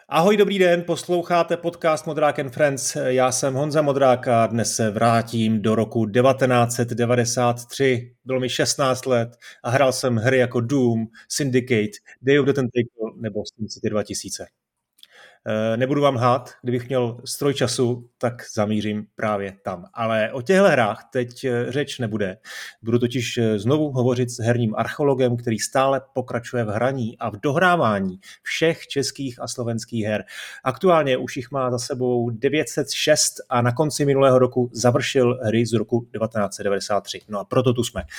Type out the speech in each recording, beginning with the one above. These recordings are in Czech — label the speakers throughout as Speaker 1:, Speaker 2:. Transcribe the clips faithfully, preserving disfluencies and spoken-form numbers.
Speaker 1: Ahoj, dobrý den, posloucháte podcast Modrák and Friends. Já jsem Honza Modrák a dnes se vrátím do roku devatenáct set devadesát tři. Bylo mi šestnáct let a hrál jsem hry jako Doom, Syndicate, Day of the Tentacle nebo SimCity dva tisíce. Nebudu vám lhát, kdybych měl stroj času, tak zamířím právě tam. Ale o těchto hrách teď řeč nebude. Budu totiž znovu hovořit s herním archeologem, který stále pokračuje v hraní a v dohrávání všech českých a slovenských her. Aktuálně už jich má za sebou devět set šest a na konci minulého roku završil hry z roku devatenáct set devadesát tři. No a proto tu jsme.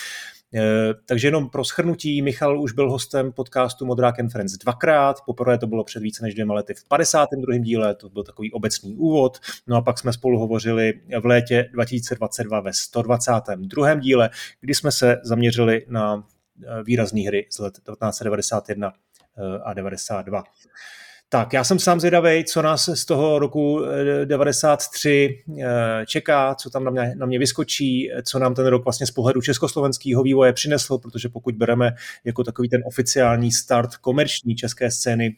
Speaker 1: Takže jenom pro shrnutí, Michal už byl hostem podcastu Modrák and Friends dvakrát, poprvé to bylo před více než dvěma lety v padesátém druhém díle, to byl takový obecný úvod, no a pak jsme spolu hovořili v létě dva tisíce dvacet dva ve sto dvacátém druhém díle, kdy jsme se zaměřili na výrazné hry z let devatenáct set devadesát jedna a devadesát dva. Tak, já jsem sám zvědavej, co nás z toho roku devadesát tři čeká, co tam na mě, na mě vyskočí, co nám ten rok vlastně z pohledu československého vývoje přinesl, protože pokud bereme jako takový ten oficiální start komerční české scény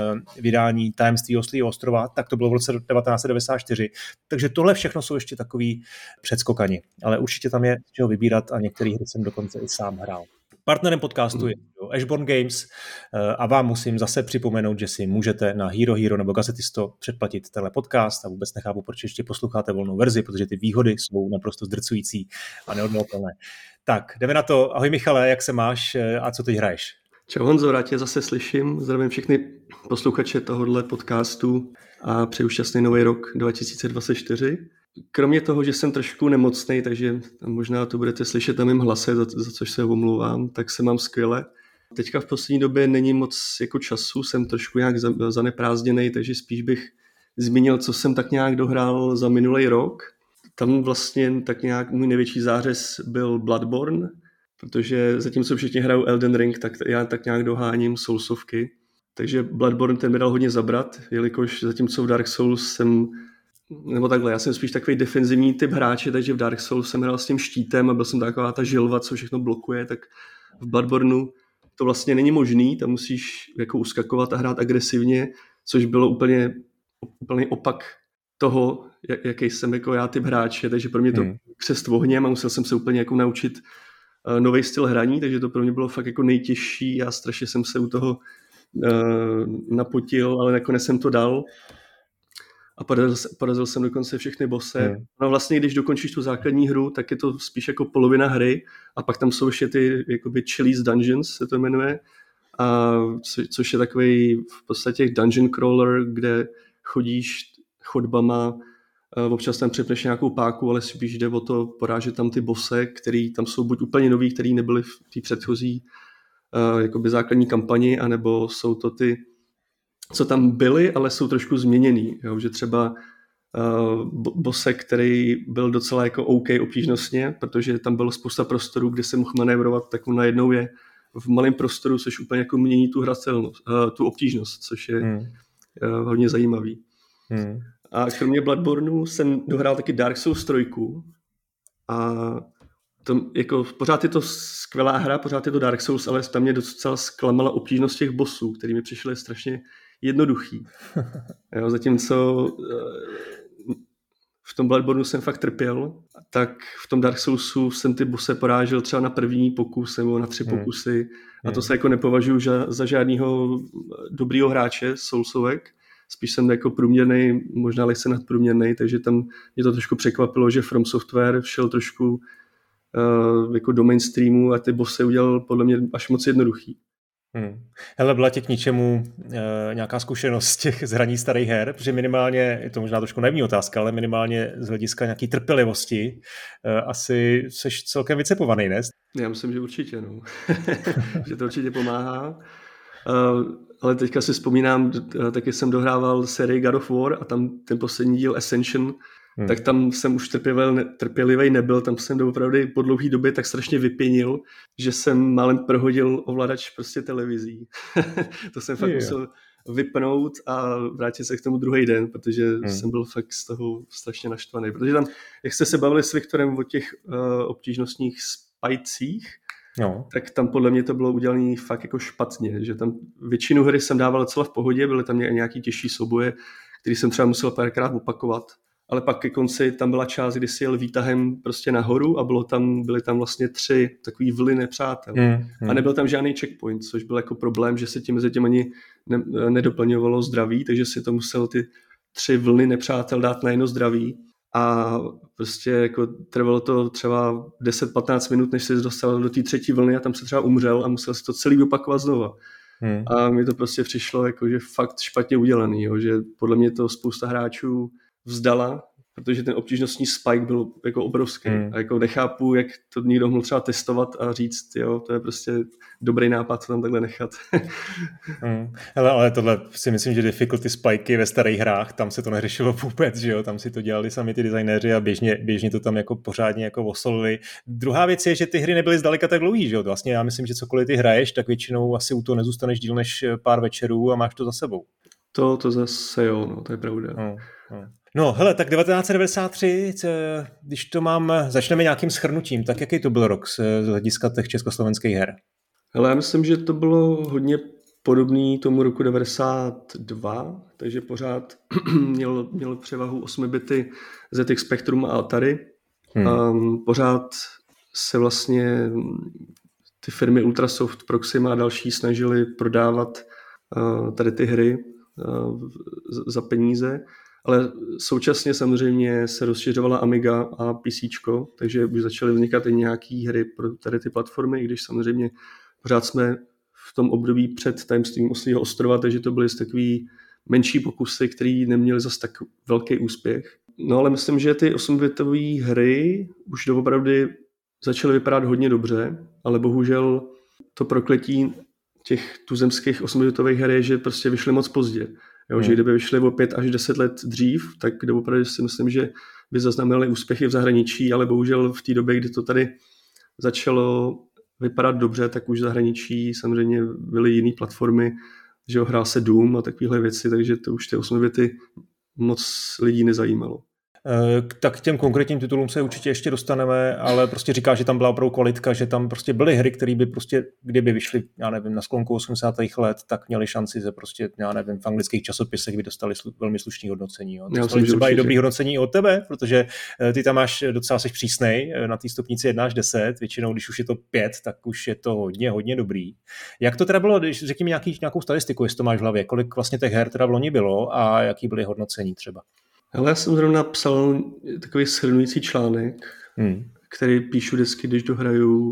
Speaker 1: vydání Tajemství Oslího ostrova, tak to bylo v roce devatenáct set devadesát čtyři. Takže tohle všechno jsou ještě takový předskokani, ale určitě tam je čeho vybírat a některé hry jsem dokonce i sám hrál. Partnerem podcastu je Ashborn Games a vám musím zase připomenout, že si můžete na Hero Hero nebo Gazetisto předplatit tenhle podcast a vůbec nechápu, proč ještě posloucháte volnou verzi, protože ty výhody jsou naprosto zdrcující a neodvolatelné. Tak, jdeme na to. Ahoj Michale, jak se máš a co teď hraješ?
Speaker 2: Čau Honzo, rád tě zase slyším. Zdravím všechny posluchače tohohle podcastu a přeju šťastný nový rok dva tisíce dvacet čtyři. Kromě toho, že jsem trošku nemocnej, takže možná to budete slyšet na mém hlase, za, za což se omlouvám, tak se mám skvěle. Teďka v poslední době není moc jako času, jsem trošku nějak zaneprázdněnej, takže spíš bych zmínil, co jsem tak nějak dohrál za minulý rok. Tam vlastně tak nějak můj největší zářez byl Bloodborne, protože zatímco všichni hrajou Elden Ring, tak já tak nějak doháním Soulsovky. Takže Bloodborne ten mi dal hodně zabrat, jelikož zatímco v Dark Souls jsem nebo takhle, já jsem spíš takový defenzivní typ hráče, takže v Dark Souls jsem hrál s tím štítem a byl jsem taková ta žilva, co všechno blokuje, tak v Bloodborneu to vlastně není možný, tam musíš jako uskakovat a hrát agresivně, což bylo úplně úplný opak toho, jaký jsem jako já typ hráče, takže pro mě to hmm. křest ohněm a musel jsem se úplně jako naučit uh, nový styl hraní, takže to pro mě bylo fakt jako nejtěžší a strašně jsem se u toho uh, napotil, ale nakonec jsem to dal. A porazil, porazil jsem dokonce všechny bosse. Hmm. No vlastně, když dokončíš tu základní hru, tak je to spíš jako polovina hry a pak tam jsou ještě ty jakoby Chili's Dungeons, se to jmenuje, a co, což je takový v podstatě dungeon crawler, kde chodíš chodbama, občas tam přepneš nějakou páku, ale spíš jde o to porážet tam ty bosse, který tam jsou buď úplně noví, který nebyli v té předchozí uh, jakoby základní kampani, anebo jsou to ty co tam byly, ale jsou trošku změněný. Jo? Že třeba uh, bose, který byl docela jako OK obtížnostně, protože tam bylo spousta prostorů, kde se mohl manévrovat, tak on najednou je v malém prostoru, což úplně jako mění tu hratelnost, uh, tu obtížnost, což je hmm. uh, hodně zajímavý. Hmm. A kromě Bloodborneu jsem dohrál taky Dark Souls tři a to, jako, pořád je to skvělá hra, pořád je to Dark Souls, ale tam mě docela zklamala obtížnost těch bossů, který mi přišly strašně jednoduchý. Jo, zatímco v tom Bloodborneu jsem fakt trpěl, tak v tom Dark Soulsu jsem ty bosse porážel třeba na první pokus nebo na tři hmm. pokusy a to se jako nepovažuji za, za žádného dobrýho hráče Soulsovek. Spíš jsem jako průměrnej, možná lehce nadprůměrnej, takže tam mě to trošku překvapilo, že From Software šel trošku uh, jako do mainstreamu a ty bossy udělal podle mě až moc jednoduchý.
Speaker 1: Hmm. Hele, byla tě k ničemu e, nějaká zkušenost z těch zhraní starých her, protože minimálně, je to možná trošku naivní otázka, ale minimálně z hlediska nějaký trpělivosti e, asi seš celkem vycepovaný, ne?
Speaker 2: Já myslím, že určitě, no. že to určitě pomáhá. Uh, ale teďka si vzpomínám, taky jsem dohrával sérii God of War a tam ten poslední díl Ascension, Hmm. tak tam jsem už trpělivý nebyl, tam jsem doopravdy po dlouhé době tak strašně vypěnil, že jsem málem prohodil ovladač prostě televizí. to jsem fakt yeah. musel vypnout a vrátit se k tomu druhý den, protože hmm. jsem byl fakt z toho strašně naštvaný. Protože tam, jak jste se bavili s Viktorem o těch uh, obtížnostních spajcích,
Speaker 1: No.
Speaker 2: tak tam podle mě to bylo udělané fakt jako špatně, že tam většinu hry jsem dával docela v pohodě, byly tam nějaký těžší souboje, který jsem třeba musel párkrát opakovat, ale pak ke konci tam byla část, kdy si jel výtahem prostě nahoru a bylo tam, byly tam vlastně tři takový vlny nepřátel. Hmm, hmm. A nebyl tam žádný checkpoint, což byl jako problém, že se tím mezi tím ani ne, nedoplňovalo zdraví, takže si to musel ty tři vlny nepřátel dát na jedno zdraví. A prostě jako trvalo to třeba deset patnáct minut, než se dostal do té třetí vlny a tam se třeba umřel a musel si to celý opakovat znova. Hmm. A mi to prostě přišlo jako, že fakt špatně udělaný, jo, že podle mě to spousta hráčů vzdala, protože ten obtížnostní spike byl jako obrovský. Hmm. A jako nechápu, jak to někdo mohl třeba testovat a říct, jo, to je prostě dobrý nápad to tam takhle nechat.
Speaker 1: hmm. Hele, ale tohle si myslím, že difficulty spiky ve starých hrách, tam se to neřešilo vůbec, že jo, tam si to dělali sami ty designéři a běžně, běžně to tam jako pořádně jako osolili. Druhá věc je, že ty hry nebyly zdaleka tak dlouhý, že jo, vlastně já myslím, že cokoliv ty hraješ, tak většinou asi u toho nezůstaneš díl než pár večerů a máš to za sebou.
Speaker 2: To, to zase jo, no, to je pravda.
Speaker 1: No, no. No, hele, tak devatenáct set devadesát tři, když to mám, začneme nějakým shrnutím, tak jaký to byl rok z hlediska těch československých her?
Speaker 2: Hele, já myslím, že to bylo hodně podobný tomu roku devadesát dva, takže pořád měl, měl převahu osm bity Z X Spectrum a Atari. Hmm. Um, pořád se vlastně ty firmy Ultrasoft, Proxima a další snažili prodávat uh, tady ty hry uh, za peníze. Ale současně samozřejmě se rozšiřovala Amiga a PCčko, takže už začaly vznikat i nějaké hry pro tady ty platformy, i když samozřejmě pořád jsme v tom období před Tajemstvím Oslího ostrova, takže to byly takový menší pokusy, které neměly zas tak velký úspěch. No ale myslím, že ty osmbitové hry už doopravdy začaly vypadat hodně dobře, ale bohužel to prokletí těch tuzemských osmbitových her je, že prostě vyšly moc pozdě. Jo, hmm. že kdyby vyšly o pět až deset let dřív, tak doopravdy si myslím, že by zaznamenali úspěchy v zahraničí, ale bohužel v té době, kdy to tady začalo vypadat dobře, tak už v zahraničí samozřejmě byly jiné platformy, že ho hrál se Doom a takovéhle věci, takže to už ty osmbity moc lidí nezajímalo.
Speaker 1: Tak k těm konkrétním titulům se určitě ještě dostaneme, ale prostě říká, že tam byla opravdu kvalitka, že tam prostě byly hry, které by prostě, kdyby vyšly, já nevím, na sklonku osmdesátých let, tak měly šanci se prostě, já nevím, v anglických časopisech by dostali slu, velmi slušný hodnocení. Jo. Dostali třeba i dobrý hodnocení od tebe, protože ty tam máš docela seš přísnej na té stupnici jedna až deset, většinou, když už je to pět, tak už je to hodně, hodně dobrý. Jak to teda bylo, když řekni mi nějaký, nějakou statistiku, jestli to máš v hlavě, kolik vlastně těch her teda v loni bylo a jaký byly hodnocení třeba?
Speaker 2: Ale já jsem zrovna psal takový shrnující článek, hmm. který píšu vždycky, když dohraju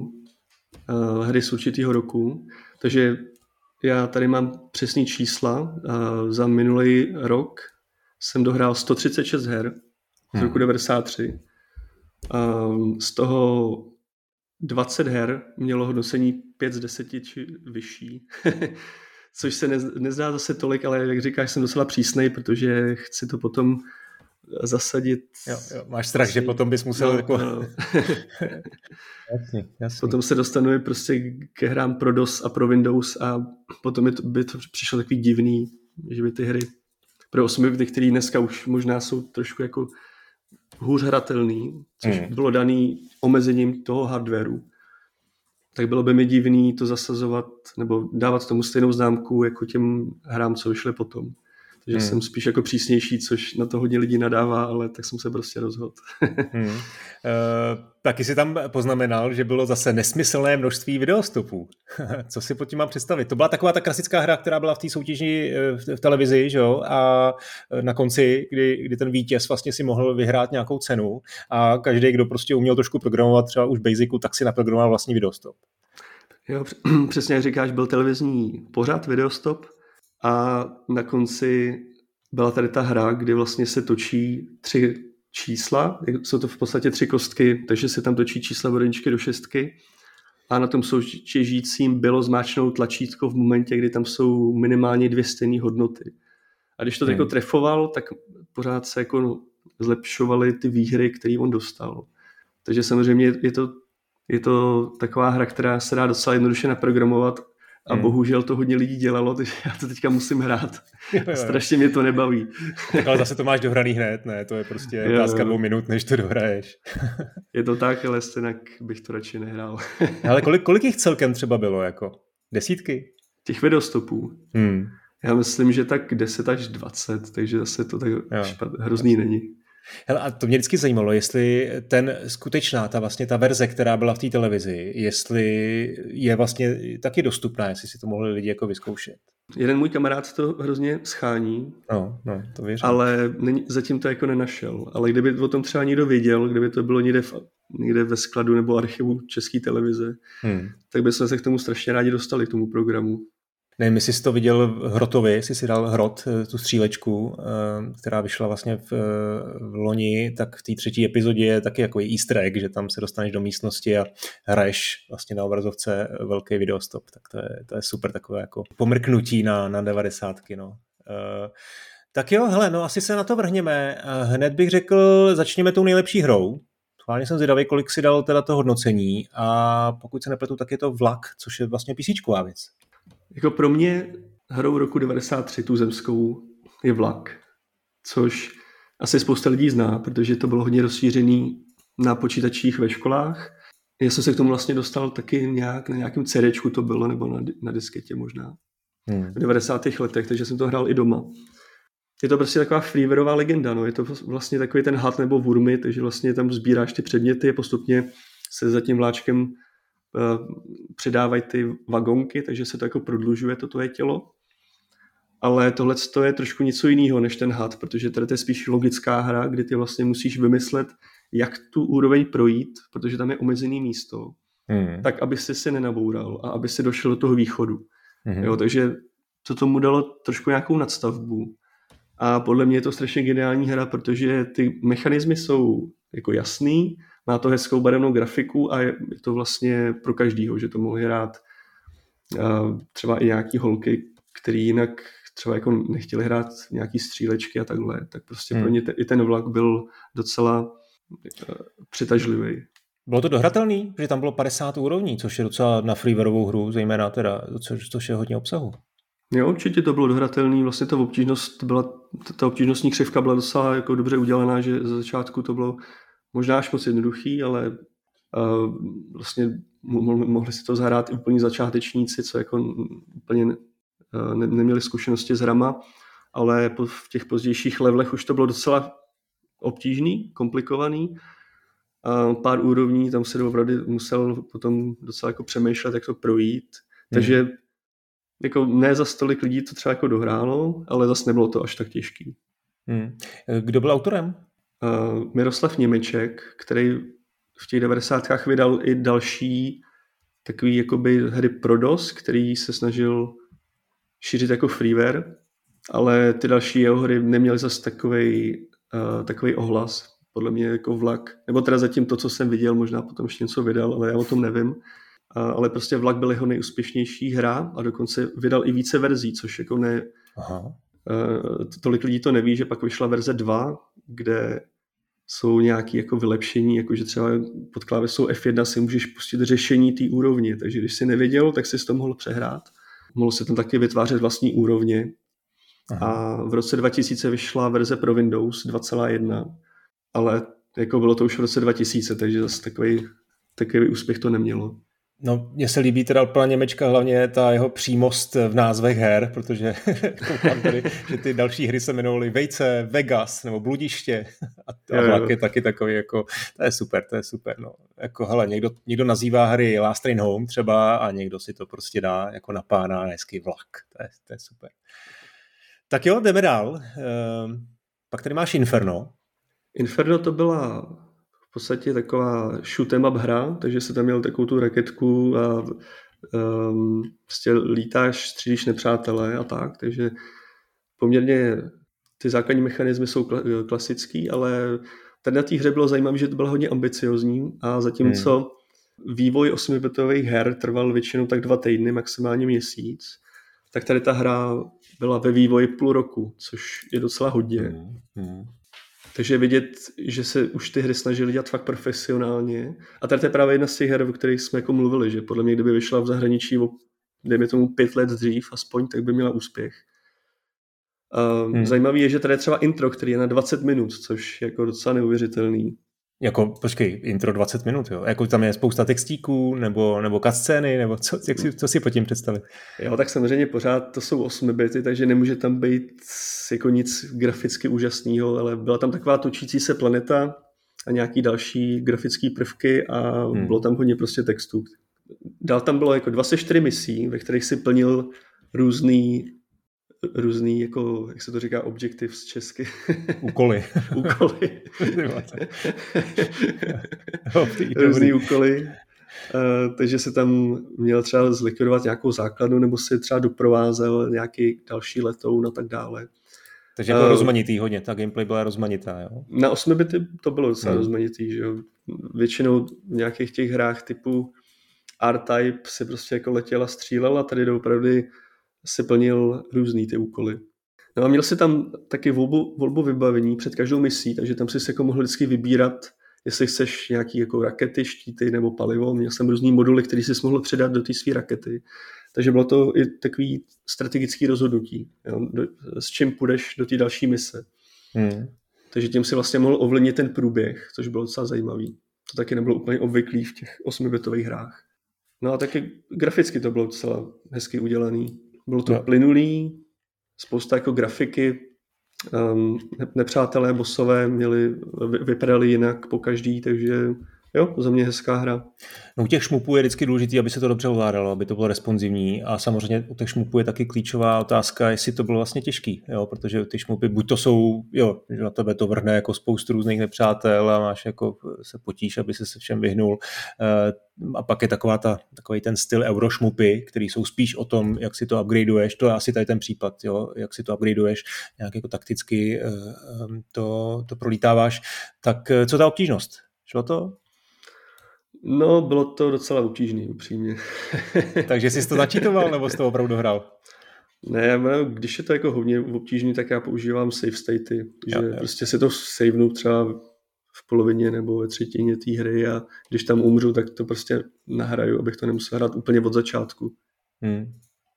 Speaker 2: uh, hry z určitého roku. Takže já tady mám přesný čísla. Uh, za minulý rok jsem dohrál sto třicet šest her z hmm. roku devadesát tři. Uh, z toho dvacet her mělo hodnocení pět z deseti či vyšší. Což se nez, nezdá zase tolik, ale jak říkáš, jsem docela přísnej, protože chci to potom zasadit.
Speaker 1: Jo, jo, máš strach, asi, že potom bys musel... No, jako... no. jasný, jasný.
Speaker 2: Potom se dostanu prostě ke hrám pro DOS a pro Windows a potom by to, by to přišlo takový divný, že by ty hry pro osmbity, které dneska už možná jsou trošku jako hůř hratelný, což mm. bylo daný omezením toho hardwareu, tak bylo by mi divný to zasazovat nebo dávat tomu stejnou známku jako těm hrám, co vyšly potom. Takže hmm. jsem spíš jako přísnější, což na to hodně lidí nadává, ale tak jsem se prostě rozhodl.
Speaker 1: hmm. uh, taky si tam poznamenal, že bylo zase nesmyslné množství videostopů. Co si pod tím mám představit? To byla taková ta klasická hra, která byla v té soutěži v televizi, že jo? A na konci, kdy, kdy ten vítěz vlastně si mohl vyhrát nějakou cenu a každý, kdo prostě uměl trošku programovat třeba už Basicu, tak si naprogramoval vlastní videostop.
Speaker 2: Jo, přesně jak říkáš, byl televizní pořad videostop, a na konci byla tady ta hra, kdy vlastně se točí tři čísla, jsou to v podstatě tři kostky, takže se tam točí čísla od jedničky do šestky a na tom soutěžícím bylo zmáčknout tlačítko v momentě, kdy tam jsou minimálně dvě stejné hodnoty. A když to hmm. jako trefoval, tak pořád se jako zlepšovaly ty výhry, které on dostal. Takže samozřejmě je to, je to taková hra, která se dá docela jednoduše naprogramovat A hmm. bohužel to hodně lidí dělalo, takže já to teďka musím hrát. Jo, jo. Strašně mě to nebaví.
Speaker 1: Tak ale zase to máš dohraný hned, ne? To je prostě otázka dvou minut, než to dohraješ.
Speaker 2: Je to tak, ale stejnak bych to radši nehrál.
Speaker 1: Ale kolik, kolik jich celkem třeba bylo? Jako? Desítky?
Speaker 2: Těch videostopů? Hmm. Já myslím, že tak deset až dvacet, takže zase to tak špat, hrozný není.
Speaker 1: Hele, a to mě vždycky zajímalo, jestli ten skutečná, ta vlastně ta verze, která byla v té televizi, jestli je vlastně taky dostupná, jestli si to mohli lidi jako vyzkoušet.
Speaker 2: Jeden můj kamarád to hrozně schání,
Speaker 1: no, no, to věřím.
Speaker 2: Ale není, zatím to jako nenašel. Ale kdyby o tom třeba někdo věděl, kdyby to bylo někde, v, někde ve skladu nebo archivu České televize, hmm. tak bychom se k tomu strašně rádi dostali, k tomu programu.
Speaker 1: Nevím, jestli jsi to viděl v Hrotovi, jestli jsi dal Hrot, tu střílečku, která vyšla vlastně v, v loni, tak v té třetí epizodě je taky jako easter egg, že tam se dostaneš do místnosti a hraješ vlastně na obrazovce velký videostop. Tak to je, to je super takové jako pomrknutí na, na devadesátky. No. Tak jo, hele, no asi se na to vrhněme. Hned bych řekl, začněme tou nejlepší hrou. Schválně jsem zvědavý, kolik si dal teda to hodnocení a pokud se nepletu, tak je to Vlak, což je vlastně PCčková věc.
Speaker 2: Jako pro mě hrou roku devadesát tři, tu zemskou, je Vlak, což asi spousta lidí zná, protože to bylo hodně rozšířený na počítačích ve školách. Já jsem se k tomu vlastně dostal taky nějak na nějakém CDčku to bylo, nebo na, na disketě možná, hmm. v devadesátých letech, takže jsem to hrál i doma. Je to prostě taková freewareová legenda, no. Je to vlastně takový ten had nebo wurmy, takže vlastně tam sbíráš ty předměty a postupně se za tím vláčkem přidávají ty vagonky, takže se to jako prodlužuje to tvoje tělo. Ale tohle je trošku něco jiného než ten had, protože tady to je spíš logická hra, kdy ty vlastně musíš vymyslet, jak tu úroveň projít, protože tam je omezený místo, mm. tak aby si se nenaboural a aby si došel do toho východu. Mm. Jo, takže to tomu dalo trošku nějakou nadstavbu. A podle mě je to strašně geniální hra, protože ty mechanismy jsou jako jasný, má to hezkou barevnou grafiku a je to vlastně pro každýho, že to mohli hrát uh, třeba i nějaký holky, který jinak třeba jako nechtěli hrát nějaký střílečky a takhle, tak prostě hmm. pro ně te, i ten Vlak byl docela uh, přitažlivý.
Speaker 1: Bylo to dohratelný, že tam bylo padesát úrovní, což je docela na freewareovou hru, zejména teda, což, což je hodně obsahu.
Speaker 2: Jo, určitě to bylo dohratelný, vlastně ta obtížnost byla, ta obtížnostní křivka byla docela jako dobře udělaná, že za začátku to bylo možná až moc jednoduchý, ale uh, vlastně mo- mohli si to zahrát i úplně začátečníci, co jako úplně uh, ne- neměli zkušenosti s hrama, ale po, v těch pozdějších levelech už to bylo docela obtížný, komplikovaný. Uh, pár úrovní, tam se opravdu musel potom docela jako přemýšlet, jak to projít. Hmm. Takže jako ne za stolik lidí to třeba jako dohrálo, ale zase nebylo to až tak těžký.
Speaker 1: Hmm. Kdo byl autorem?
Speaker 2: Uh, Miroslav Němeček, který v těch devadesátkách vydal i další takový jakoby hry pro DOS, který se snažil šířit jako freeware, ale ty další jeho hry neměly zase takovej, uh, takovej ohlas, podle mě jako Vlak, nebo teda zatím to, co jsem viděl, možná potom ještě něco vydal, ale já o tom nevím. Uh, ale prostě Vlak byl jeho nejúspěšnější hra a dokonce vydal i více verzí, což jako ne... Aha. Uh, tolik lidí to neví, že pak vyšla verze dva, kde jsou nějaké jako vylepšení, jakože třeba pod klávesou F jedna si můžeš pustit řešení té úrovně, takže když si nevěděl, tak si to mohl přehrát. Mohl se tam taky vytvářet vlastní úrovně. Aha. A v roce dva tisíce vyšla verze pro Windows dva tečka jedna, ale jako bylo to už v roce dva tisíce, takže zase takový, takový úspěch to nemělo.
Speaker 1: No, mně se líbí teda pana Němečka hlavně ta jeho přímost v názvech her, protože koukám tady, že ty další hry se jmenovaly Vejce, Vegas nebo Bludiště a, a Vlak je taky takový jako, to je super, to je super, no. Jako hele, někdo, někdo nazývá hry Last Train Home třeba a někdo si to prostě dá jako na pána hezký Vlak, to je, to je super. Tak jo, jdeme dál. Ehm, pak tady máš Inferno.
Speaker 2: Inferno to byla v podstatě taková shoot 'em up hra, takže se tam měl takovou tu raketku a um, prostě lítáš, střílíš nepřátelé a tak, takže poměrně ty základní mechanismy jsou klasický, ale tady na té hře bylo zajímavé, že to bylo hodně ambiciozní a zatímco hmm. vývoj osmibitových her trval většinou tak dva týdny, maximálně měsíc, tak tady ta hra byla ve vývoji půl roku, což je docela hodně. Hmm. Hmm. Takže vidět, že se už ty hry snažili dělat fakt profesionálně. A tady to je právě jedna z těch her, o kterých jsme jako mluvili, že podle mě, kdyby vyšla v zahraničí o dejme tomu pět let dřív aspoň, tak by měla úspěch. Uh,
Speaker 1: hmm.
Speaker 2: Zajímavý je, že tady je třeba intro, který je na dvacet minut, což je jako docela neuvěřitelný.
Speaker 1: Jako, počkej, intro dvacet minut, jo? Jako tam je spousta textíků, nebo, nebo cutscény, nebo co, jak si, co si pod tím představit?
Speaker 2: Jo, tak samozřejmě pořád to jsou osm bity, takže nemůže tam být jako nic graficky úžasného, ale byla tam taková točící se planeta a nějaký další grafické prvky a hmm. bylo tam hodně prostě textů. Dál tam bylo jako dvacet čtyři misí, ve kterých si plnil různý různý, jako, jak se to říká, objektiv z česky.
Speaker 1: Úkoly.
Speaker 2: úkoly. Různý úkoly. Uh, takže se tam měl třeba zlikvidovat nějakou základnu, nebo si třeba doprovázel nějaký další letoun a tak dále.
Speaker 1: Takže jako uh, rozmanitý hodně, ta gameplay byla rozmanitá, jo?
Speaker 2: Na osmi bity to bylo docela hmm. rozmanitý, že jo. Většinou v nějakých těch hrách typu R-Type si prostě jako letěl a střílel a tady doopravdy si plnil různý ty úkoly. No a měl si tam taky volbu, volbu vybavení před každou misí, takže tam si se jako mohl vždycky vybírat, jestli chceš nějaký jako rakety, štíty nebo palivo. Měl jsem různý moduly, který si mohl přidat do té své rakety. Takže bylo to i takový strategický rozhodnutí, jo, do, s čím půjdeš do té další mise. Hmm. Takže tím si vlastně mohl ovlivnit ten průběh, což bylo docela zajímavý. To taky nebylo úplně obvyklý v těch osmibitových hrách. No a taky graficky to bylo docela hezky udělaný. Bylo to no. plynulý, spousta jako grafiky, um, nepřátelé, bossové měli, vypadali jinak po každý, takže jo, za mě hezká hra.
Speaker 1: No u těch šmupů je vždycky důležité, aby se to dobře ovládalo, aby to bylo responsivní a samozřejmě u těch šmupů je taky klíčová otázka, jestli to bylo vlastně těžký, jo, protože ty šmupy buď to jsou, jo, že na tebe to vrhne jako spoustu různých nepřátel a máš jako se potíš, aby se se všem vyhnul a pak je taková ta, takový ten styl eurošmupy, který jsou spíš o tom, jak si to upgradeuješ, to je asi tady ten případ, jo, jak si to upgradeuješ, nějak jako takticky to, to prolítáváš, tak co ta obtížnost? Šlo to?
Speaker 2: No, bylo to docela obtížný, upřímně.
Speaker 1: Takže jsi to načítoval, nebo jsi to opravdu hrál?
Speaker 2: Ne, když je to jako hodně obtížný, tak já používám save statey, že jo, jo. prostě si to savenu třeba v polovině nebo ve třetině té hry a když tam umřu, tak to prostě nahraju, abych to nemusel hrát úplně od začátku. Hmm.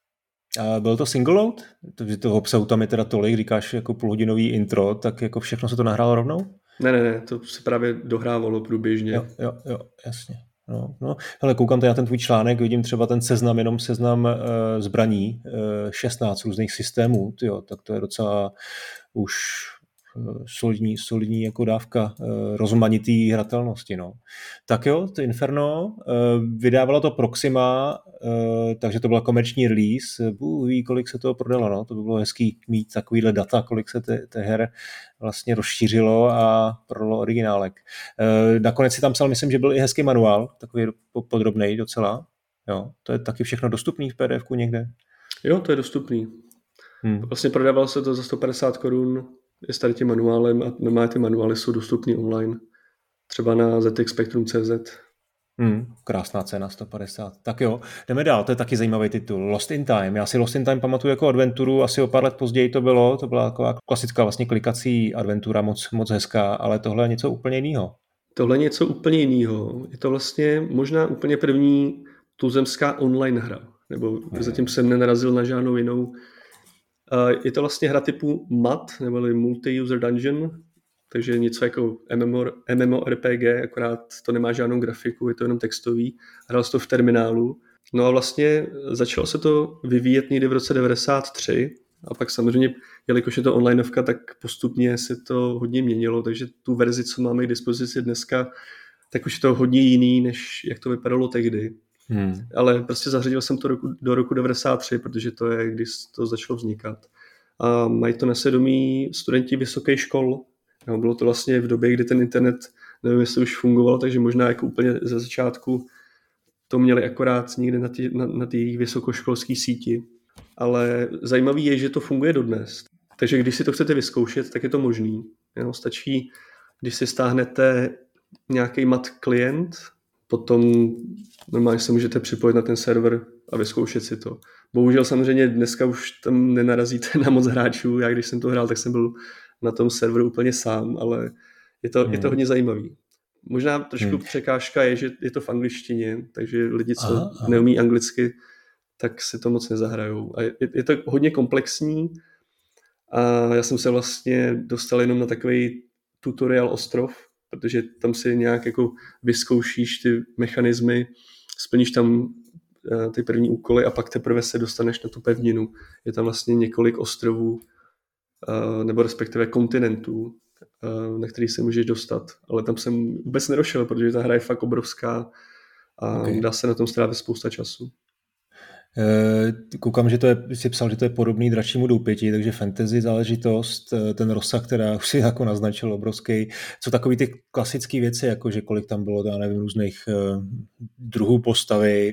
Speaker 1: A byl to single load? Takže toho obsahu tam je teda tolik, říkáš jako půlhodinový intro, tak jako všechno se to nahrálo rovnou?
Speaker 2: Ne, ne, ne, to se právě dohrávalo průběžně.
Speaker 1: Jo, jo, jo, jasně. No, no. Hele, koukám tady na ten tvůj článek, vidím třeba ten seznam, jenom seznam uh, zbraní, uh, šestnáct různých systémů, tyjo, tak to je docela už uh, solidní, solidní jako dávka uh, rozmanitý hratelnosti. No. Tak jo, to Inferno, uh, vydávalo to Proxima, uh, takže to byla komerční release, Bůh ví, kolik se toho prodalo, no. To by bylo hezký mít takovýhle data, kolik se té her vlastně rozšířilo a prodalo originálek. E, nakonec si tam psal, myslím, že byl i hezký manuál, takový podrobnej docela. Jo, to je taky všechno dostupný v P D F ku někde?
Speaker 2: Jo, to je dostupný. Hmm. Vlastně prodávalo se to za sto padesát korun i s tady tím manuálem a normálně ty manuály jsou dostupný online. Třeba na Z X Spectrum tečka C Z.
Speaker 1: Hmm, krásná cena, sto padesát. Tak jo, jdeme dál, to je taky zajímavý titul. Lost in Time. Já si Lost in Time pamatuju jako adventuru, asi o pár let později to bylo, to byla taková klasická vlastně klikací adventura, moc, moc hezká, ale tohle je něco úplně jiného.
Speaker 2: Tohle je něco úplně jiného. Je to vlastně možná úplně první tuzemská online hra, nebo hmm. zatím jsem nenarazil na žádnou jinou. Je to vlastně hra typu M A D, neboli Multi-User Dungeon, takže něco jako MMORPG, akorát to nemá žádnou grafiku, je to jenom textový. Hrál se to v terminálu. No a vlastně začalo se to vyvíjet někdy v roce devadesát tři a pak samozřejmě, jelikož je to onlineovka, tak postupně se to hodně měnilo, takže tu verzi, co máme k dispozici dneska, tak už je to hodně jiný, než jak to vypadalo tehdy. Hmm. Ale prostě zařadil jsem to roku, do roku devadesát tři, protože to je, když to začalo vznikat. A mají to na svědomí studenti vysokých škol. No, bylo to vlastně v době, kdy ten internet, nevím, jestli už fungoval, takže možná jako úplně ze začátku to měli akorát někde na té na, na vysokoškolské síti. Ale zajímavý je, že to funguje dodnes. Takže když si to chcete vyzkoušet, tak je to možný. Jo, stačí, když si stáhnete nějaký M A D klient, potom normálně se můžete připojit na ten server a vyzkoušet si to. Bohužel samozřejmě dneska už tam nenarazíte na moc hráčů. Já když jsem to hrál, tak jsem byl na tom serveru úplně sám, ale je to, hmm. je to hodně zajímavý. Možná trošku hmm. překážka je, že je to v angličtině, takže lidi, co aha, aha. neumí anglicky, tak si to moc nezahrajou. A je, je to hodně komplexní a já jsem se vlastně dostal jenom na takový tutorial ostrov, protože tam si nějak jako vyzkoušíš ty mechanismy, splníš tam ty první úkoly a pak teprve se dostaneš na tu pevninu. Je tam vlastně několik ostrovů, nebo respektive kontinentů, na který se můžeš dostat. Ale tam jsem vůbec nedošel, protože ta hra je fakt obrovská a okay. Dá se na tom strávit spousta času.
Speaker 1: Koukám, že to je, jsi psal, že to je podobný Dračímu doupěti, takže fantasy záležitost, ten rozsah, která už si jako naznačil, obrovský. Co takový ty klasické věci, jako že kolik tam bylo, já nevím, různých uh, druhů postavy,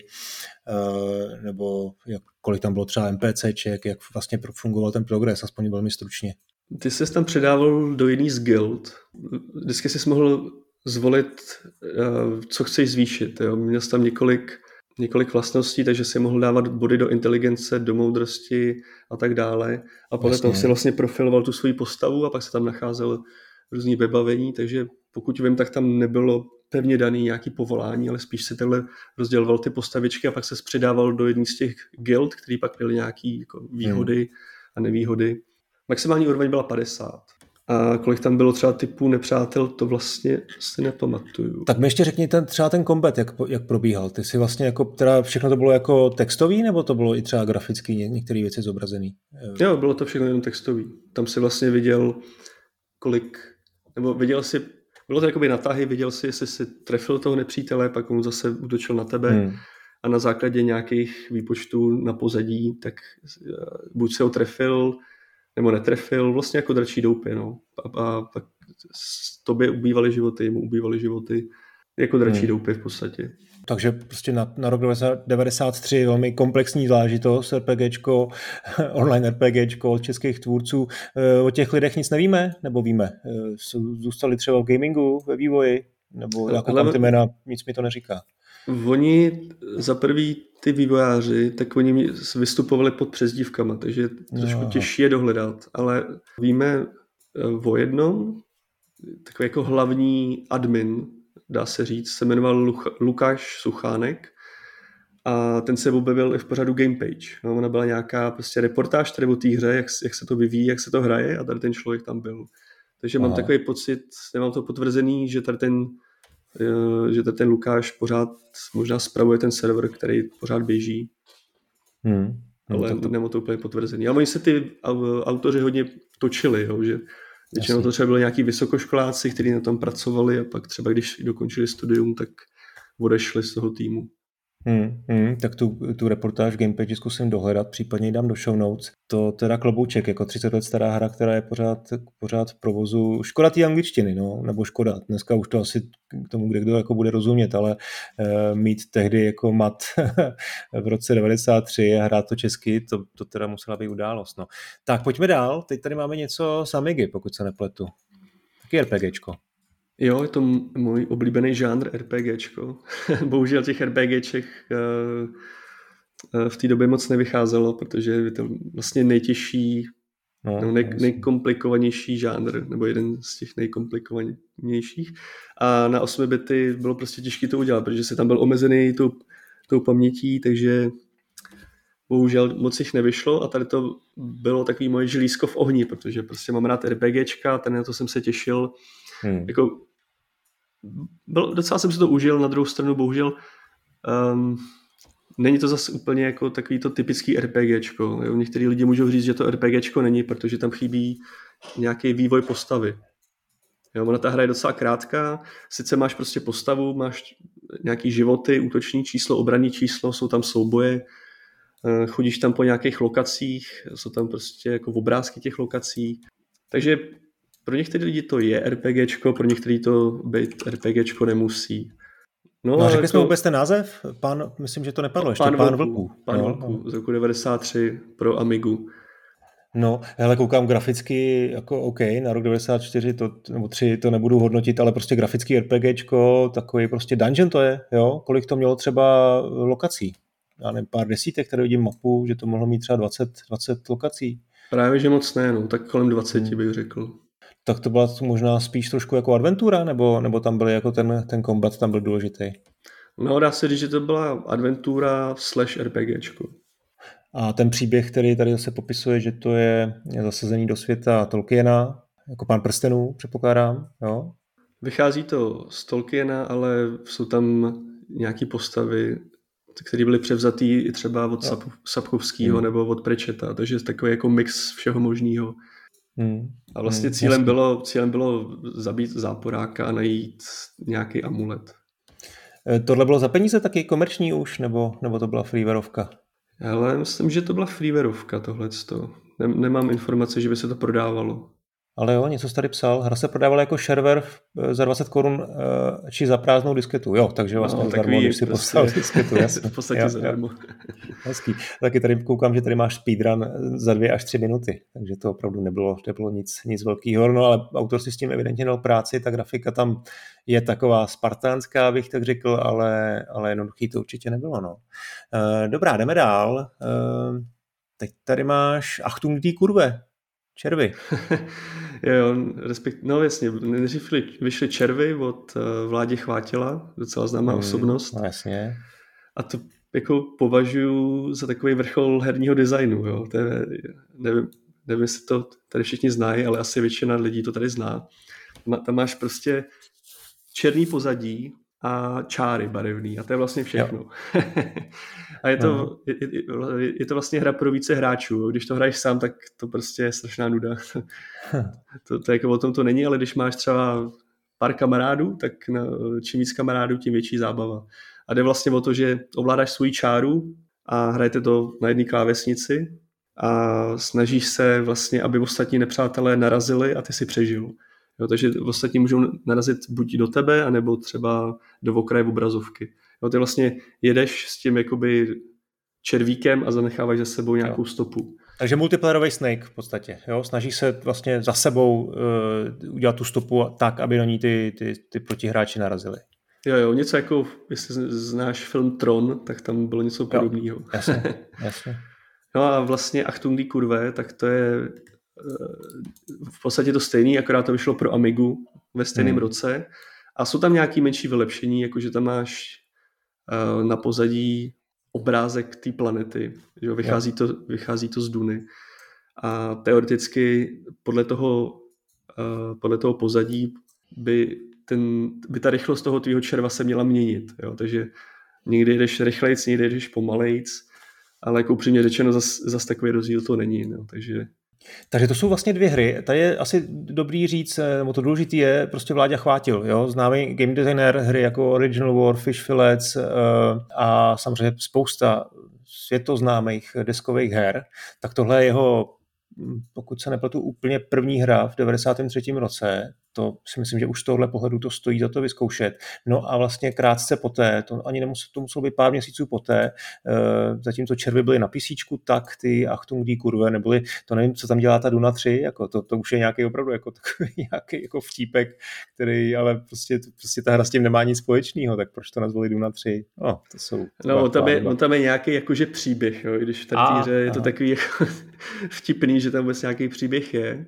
Speaker 1: uh, nebo jak, kolik tam bylo třeba NPCček, jak vlastně fungoval ten progres, aspoň velmi stručně.
Speaker 2: Ty jsi tam předával do jiný z guild. Vždycky jsi mohl zvolit, uh, co chceš zvýšit. Jo? Měl jsi tam několik několik vlastností, takže si mohl dávat body do inteligence, do moudrosti a tak dále. A podle toho si vlastně profiloval tu svoji postavu a pak se tam nacházel různý vybavení, takže pokud vím, tak tam nebylo pevně daný nějaký povolání, ale spíš si tenhle rozděloval ty postavičky a pak se přidával do jedných z těch guild, který pak měly nějaký jako výhody hmm. a nevýhody. Maximální úroveň byla padesát. A kolik tam bylo třeba typů nepřátel, to vlastně si nepamatuju.
Speaker 1: Tak mi ještě řekni ten, třeba ten combat, jak, jak probíhal. Ty si vlastně jako, teda všechno to bylo jako textový, nebo to bylo i třeba grafický, ně, některé věci zobrazený?
Speaker 2: Jo, bylo to všechno jenom textový. Tam si vlastně viděl, kolik, nebo viděl si, bylo to jakoby na tahy, viděl si, jestli si trefil toho nepřítele, pak on zase útočil na tebe hmm. a na základě nějakých výpočtů na pozadí, tak buď se ho trefil, nebo netrefil, vlastně jako dračí doupě, no. A, a pak tobě ubývaly životy, mu ubývaly životy, jako dračí hmm. doupě v podstatě.
Speaker 1: Takže prostě na, na rok devadesát tři velmi komplexní záležitost, RPGčko, online RPGčko od českých tvůrců. O těch lidech nic nevíme, nebo víme? Zůstali třeba v gamingu, ve vývoji, nebo jako tam ty jména, nic mi to neříká.
Speaker 2: Oni za prvý ty vývojáři, tak oni vystupovali pod přezdívkama, takže trošku těžší je dohledat, ale víme o jednom, takový jako hlavní admin, dá se říct, se jmenoval Lukáš Suchánek a ten se objevil i v pořadu Gamepage. No, ona byla nějaká prostě reportáž tady o té hře, jak, jak se to vyvíjí, jak se to hraje a tady ten člověk tam byl. Takže Aha. mám takový pocit, nemám to potvrzený, že tady ten že ten Lukáš pořád možná spravuje ten server, který pořád běží. Hmm. Ale to... nemám to úplně potvrzený. Ale oni se ty autoři hodně točili, jo, že většinou Jasně. to třeba byli nějaký vysokoškoláci, kteří na tom pracovali a pak třeba když dokončili studium, tak odešli z toho týmu.
Speaker 1: Hmm, hmm, tak tu, tu reportáž v Gamepage zkusím dohledat, případně ji dám do show notes. To teda klobouček, jako třicet let stará hra, která je pořád, pořád v provozu. Škoda té angličtiny, no, nebo škoda. Dneska už to asi k tomu, kde kdo jako bude rozumět, ale uh, mít tehdy jako mat v roce devadesát tři a hrát to česky, to, to teda musela být událost. No. Tak pojďme dál, teď tady máme něco z Amigy, pokud se nepletu. Taky RPGčko.
Speaker 2: Jo, je to můj oblíbený žánr RPGčko. Bohužel těch RPGček v té době moc nevycházelo, protože je to vlastně nejtěžší, no, no, nej, nejkomplikovanější žánr, nebo jeden z těch nejkomplikovanějších. A na osmi bity bylo prostě těžké to udělat, protože se tam byl omezený tou, tou pamětí, takže bohužel moc jich nevyšlo a tady to bylo takový moje želízko v ohni, protože prostě mám rád RPGčka, tady na to jsem se těšil. Hmm. Jako, byl, docela jsem si to užil, na druhou stranu bohužel um, není to zase úplně jako takový to typický RPGčko. Jo? Některý lidi můžou říct, že to RPGčko není, protože tam chybí nějaký vývoj postavy. Jo, ona ta hra je docela krátká, sice máš prostě postavu, máš nějaký životy, útoční číslo, obranné číslo, jsou tam souboje, chodíš tam po nějakých lokacích, jsou tam prostě jako obrázky těch lokací. Takže pro některé lidi to je RPGčko, pro některé to být RPGčko nemusí.
Speaker 1: No, no a řekli jako... jsme vůbec ten název? Pán, myslím, že to nepadlo ještě.
Speaker 2: Pán,
Speaker 1: Pán
Speaker 2: vlků. Pán no, vlků z roku devadesát tři pro Amigu.
Speaker 1: No, hele, koukám graficky, jako OK, na rok devadesát čtyři to, nebo tři to nebudu hodnotit, ale prostě grafický RPGčko, takový prostě dungeon to je, jo? Kolik to mělo třeba lokací? Já nevím, pár desítek, které vidím mapu, že to mohlo mít třeba dvacet, dvacet lokací.
Speaker 2: Právě, že moc ne, no, tak kolem dvacet hmm. bych řekl.
Speaker 1: Tak to byla možná spíš trošku jako adventura, nebo, nebo tam byl jako ten, ten kombat tam byl důležitý?
Speaker 2: No, dá se říct, že to byla adventura slash RPGčko.
Speaker 1: A ten příběh, který tady zase popisuje, že to je zasazený do světa Tolkiena, jako Pán prstenů, předpokládám, jo?
Speaker 2: Vychází to z Tolkiena, ale jsou tam nějaké postavy, které byly převzatý i třeba od Sap, Sapkovského hmm. nebo od Pratchetta, takže takový jako mix všeho možného. Hmm. A vlastně hmm, cílem, bylo, cílem bylo zabít záporáka a najít nějaký amulet.
Speaker 1: Tohle bylo za peníze taky komerční už, nebo, nebo to byla freewareovka?
Speaker 2: Ale myslím, že to byla freewareovka tohleto. Nemám informace, že by se to prodávalo.
Speaker 1: Ale jo, něco jsi tady psal. Hra se prodávala jako shareware za dvacet korun či za prázdnou disketu. Jo, takže vlastně no, zdarma, když si prostě poslal disketu. Jasně.
Speaker 2: V podstatě zadarmo.
Speaker 1: Hezký. Taky tady koukám, že tady máš speedrun za dvě až tři minuty, takže to opravdu nebylo, nebylo nic, nic velkého. No ale autor si s tím evidentně dal práci, ta grafika tam je taková spartánská, bych tak řekl, ale, ale jednoduchý to určitě nebylo. No. Dobrá, jdeme dál. Teď tady máš Achtung die Kurve. Červy.
Speaker 2: Jo, respekt, no jasně, nejdřív vyšly Červy od uh, Vládě Chvátila, docela známá hmm, osobnost.
Speaker 1: No jasně.
Speaker 2: A to jako považuji za takový vrchol herního designu. Jo. To je, nevím, nevím, jestli to tady všichni znají, ale asi většina lidí to tady zná. Tam máš prostě černý pozadí a čáry barevný a to je vlastně všechno. A je to, je, je, je to vlastně hra pro více hráčů. Když to hraješ sám, tak to prostě je strašná nuda. to, to jako o tom to není, ale když máš třeba pár kamarádů, tak na, čím víc kamarádů, tím větší zábava. A jde vlastně o to, že ovládáš svoji čáru a hrajete to na jedné klávesnici a snažíš se vlastně, aby ostatní nepřátelé narazili a ty si přežil. Jo, takže ostatní můžou narazit buď do tebe, anebo třeba do okraje obrazovky. Jo, ty vlastně jedeš s tím jakoby červíkem a zanecháváš za sebou nějakou jo. stopu.
Speaker 1: Takže multiplayerový Snake v podstatě. Jo? Snažíš se vlastně za sebou uh, udělat tu stopu tak, aby do ní ty, ty, ty protihráči narazili.
Speaker 2: Jo, jo, něco jako, jestli znáš film Tron, tak tam bylo něco podobného.
Speaker 1: Jasně, jasně.
Speaker 2: No a vlastně Achtung die Kurve, tak to je v podstatě to stejný, akorát to vyšlo pro Amigu ve stejném hmm. roce a jsou tam nějaké menší vylepšení, jakože tam máš uh, na pozadí obrázek té planety, že vychází to, vychází to z Duny a teoreticky podle toho, uh, podle toho pozadí by, ten, by ta rychlost toho tvýho červa se měla měnit, jo? Takže někdy jdeš rychlejc, někdy jdeš pomalejc, ale jako upřímně řečeno zas, zas takový rozdíl to není, no? Takže
Speaker 1: Takže to jsou vlastně dvě hry. Tady je asi dobrý říct, nebo to důležitý je prostě Vláďa Chvátil. Jo? Známý game designer hry jako Original War, Fish Fillets a samozřejmě spousta světoznámých deskových her. Tak tohle je jeho, pokud se nepletu, úplně první hra v devadesátém třetím roce. To si myslím, že už z tohle pohledu to stojí za to vyzkoušet. No a vlastně krátce poté, to ani nemuselo, to muselo být pár měsíců poté, zatímco Červy byly na písíčku, tak ty Achtung die Kurve neboli, to nevím, co tam dělá ta Duna tři, jako to, to už je nějaký opravdu jako takový nějaký jako vtípek, který, ale prostě, prostě ta hra s tím nemá nic společného, tak proč to nazvali Duna tři? No, to jsou...
Speaker 2: No, on tam, je, on tam je nějaký jakože příběh, jo, když v té hře je to takový jako vtipný, že tam vůbec nějaký příběh je.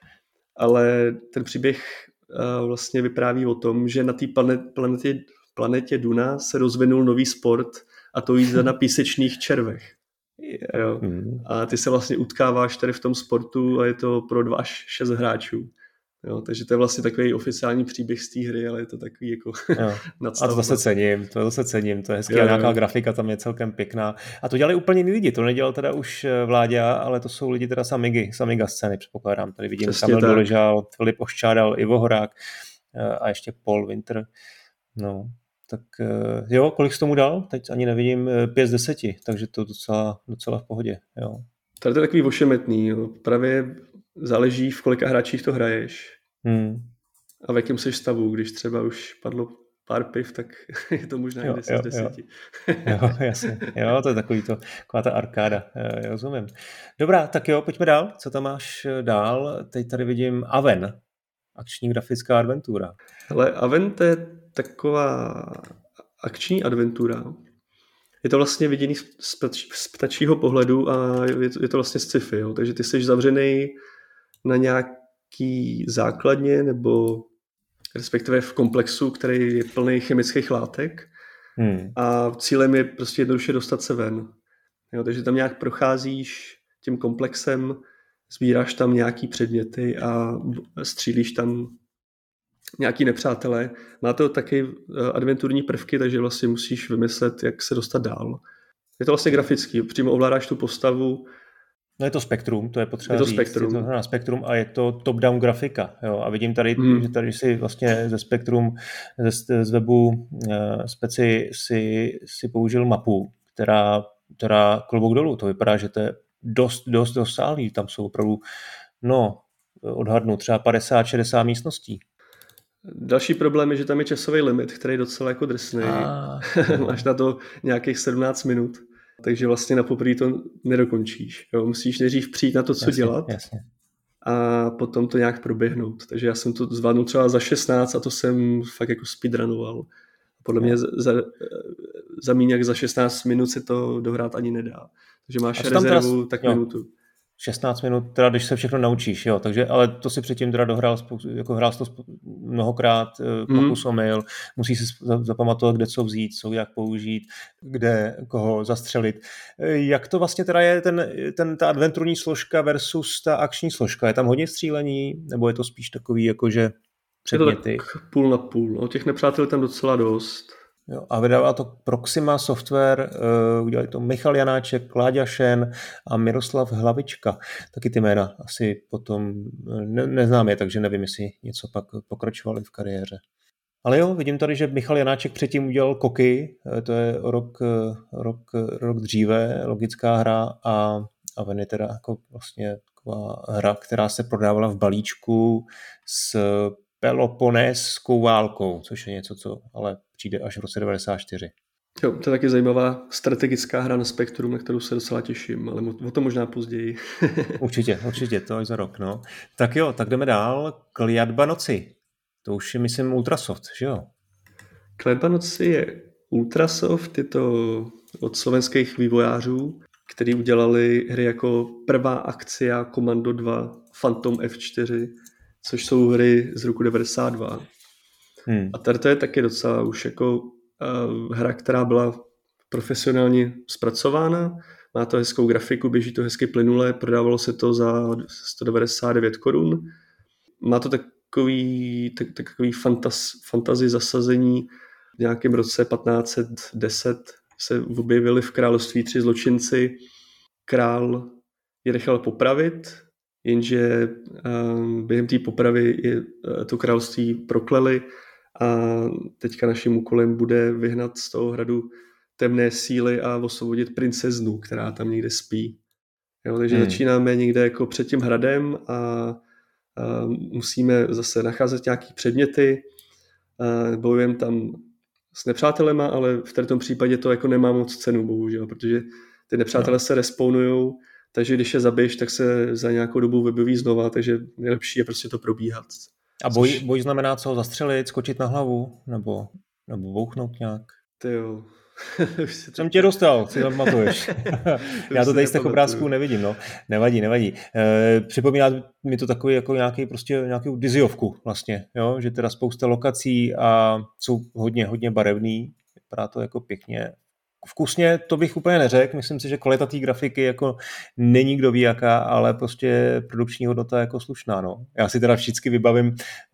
Speaker 2: Ale ten příběh uh, vlastně vypráví o tom, že na té planet, planetě, planetě Duna se rozvinul nový sport a to jízda na písečných červech. Jo. A ty se vlastně utkáváš tady v tom sportu a je to pro dva až šest hráčů. Jo, takže to je vlastně takový oficiální příběh z té hry, ale je to takový jako
Speaker 1: nadstavba. A to zase cením, to zase cením, to je hezký, nějaká grafika tam je celkem pěkná. A to dělali úplně jiný lidi, to nedělal teda už Vláďa, ale to jsou lidi teda z Amigy, z Amiga scény, předpokládám. Tady vidím Kamil Doležal, Filip Oščádal, Ivo Horák a ještě Paul Winter. No, tak jo, kolik jsi tomu dal? Teď ani nevidím, pět z deseti, takže to docela, docela v pohodě. Jo.
Speaker 2: Tady to je takový ošemetný, jo. Právě záleží, v kolika hráčích to hraješ. Hmm. A v jakém seš stavu, když třeba už padlo pár piv, tak je to možná i deset z deseti.
Speaker 1: Jo, jo, jasně. Jo, to je takový to, taková ta arkáda, já rozumím. Dobrá, tak jo, pojďme dál. Co tam máš dál? Teď tady vidím Aven, akční grafická adventura.
Speaker 2: Ale Aven to je taková akční adventura. Je to vlastně viděný z, ptač, z ptačího pohledu a je to, je to vlastně sci-fi, jo? Takže ty jsi zavřený na nějaký základně nebo respektive v komplexu, který je plný chemických látek hmm. a cílem je prostě jednoduše dostat se ven. Jo, takže tam nějak procházíš tím komplexem, sbíráš tam nějaký předměty a střílíš tam nějaký nepřátelé. Má to taky adventurní prvky, takže vlastně musíš vymyslet, jak se dostat dál. Je to vlastně grafický, přímo ovládáš tu postavu.
Speaker 1: No je to Spektrum, to je potřeba
Speaker 2: je to
Speaker 1: říct.
Speaker 2: Spektrum.
Speaker 1: Je to na Spektrum a je to top-down grafika. Jo? A vidím tady, hmm. že tady si vlastně ze Spektrum, ze, z webu uh, Speci si, si použil mapu, která, která klobouk dolů. To vypadá, že to je dost, dost rozsáhlý. Tam jsou opravdu, no, odhadnu třeba padesát šedesát místností.
Speaker 2: Další problém je, že tam je časový limit, který je docela jako drsný.
Speaker 1: A...
Speaker 2: Máš na to nějakých sedmnáct minut, takže vlastně na poprvé to nedokončíš. Jo? Musíš nejdřív přijít na to, co
Speaker 1: jasně,
Speaker 2: dělat
Speaker 1: jasně.
Speaker 2: a potom to nějak proběhnout. Takže já jsem to zvládnul třeba za šestnáct a to jsem fakt jako speedrunoval. Podle mě za, za, za míň jak za šestnáct minut se to dohrát ani nedá. Takže máš rezervu teda, tak jo. minutu.
Speaker 1: šestnáct minut, teda když se všechno naučíš, jo, takže, ale to si předtím teda dohrál, jako hrál jsi to mnohokrát, pokus omyl, musíš si zapamatovat, kde co vzít, co jak použít, kde koho zastřelit. Jak to vlastně teda je ten, ten, ta adventurní složka versus ta akční složka? Je tam hodně střílení, nebo je to spíš takový, jakože předměty?
Speaker 2: Je to tak půl na půl, no, těch nepřátel je tam docela dost.
Speaker 1: Jo, a vydává to Proxima Software, uh, udělali to Michal Janáček, Láďa Šen a Miroslav Hlavička. Taky ty jména asi potom ne, neznám je, takže nevím, jestli něco pak pokračovali v kariéře. Ale jo, vidím tady, že Michal Janáček předtím udělal Koky, to je rok, rok, rok dříve, logická hra a, a Ven je teda jako vlastně taková hra, která se prodávala v balíčku s Peloponéskou válkou, což je něco, co ale přijde až v roce devadesát čtyři.
Speaker 2: Jo, to je taky zajímavá strategická hra na Spektrum, na kterou se docela těším, ale o to možná později.
Speaker 1: určitě, určitě, to je za rok, no. Tak jo, tak jdeme dál. Kliatba noci. To už je, myslím, Ultrasoft, že jo?
Speaker 2: Kliatba noci je Ultrasoft, je to od slovenských vývojářů, kteří udělali hry jako Prvá akcia, Komando dva, Phantom F čtyři, což jsou hry z roku devadesát dva. Hmm. A tady to je taky docela už jako uh, hra, která byla profesionálně zpracována, má to hezkou grafiku, běží to hezky plynule, prodávalo se to za sto devadesát devět korun. Má to takový, tak, takový fantas, fantasy zasazení. V nějakém roce patnáct set deset se objevili v království tři zločinci. Král je nechal popravit, jenže um, během té popravy je, uh, to království prokleli a teďka naším úkolem bude vyhnat z toho hradu temné síly a osvobodit princeznu, která tam někde spí. Jo, takže hmm. začínáme někde jako před tím hradem a, a musíme zase nacházet nějaký předměty, bojujeme tam s nepřátelema, ale v tom případě to jako nemá moc cenu, bohužel, protože ty nepřátelé no. se respawnujou, takže když je zabiješ, tak se za nějakou dobu vybaví znova, takže nejlepší je prostě to probíhat.
Speaker 1: A boj, Což... boj znamená co? Zastřelit, skočit na hlavu? Nebo, nebo bouchnout nějak?
Speaker 2: Ty jo.
Speaker 1: Jsem tě dostal, si pamatuješ. Já to tady z těch obrázků nevidím, no. Nevadí, nevadí. E, připomíná mi to takový jako nějaký prostě nějakou diziovku vlastně, jo? Že teda spousta lokací a jsou hodně, hodně barevný. Vypadá to jako pěkně. Vkusně to bych úplně neřekl, myslím si, že kvalita té grafiky jako není kdo ví jaká, ale prostě produkční hodnota jako slušná, no. Já si teda vždycky vybavím uh,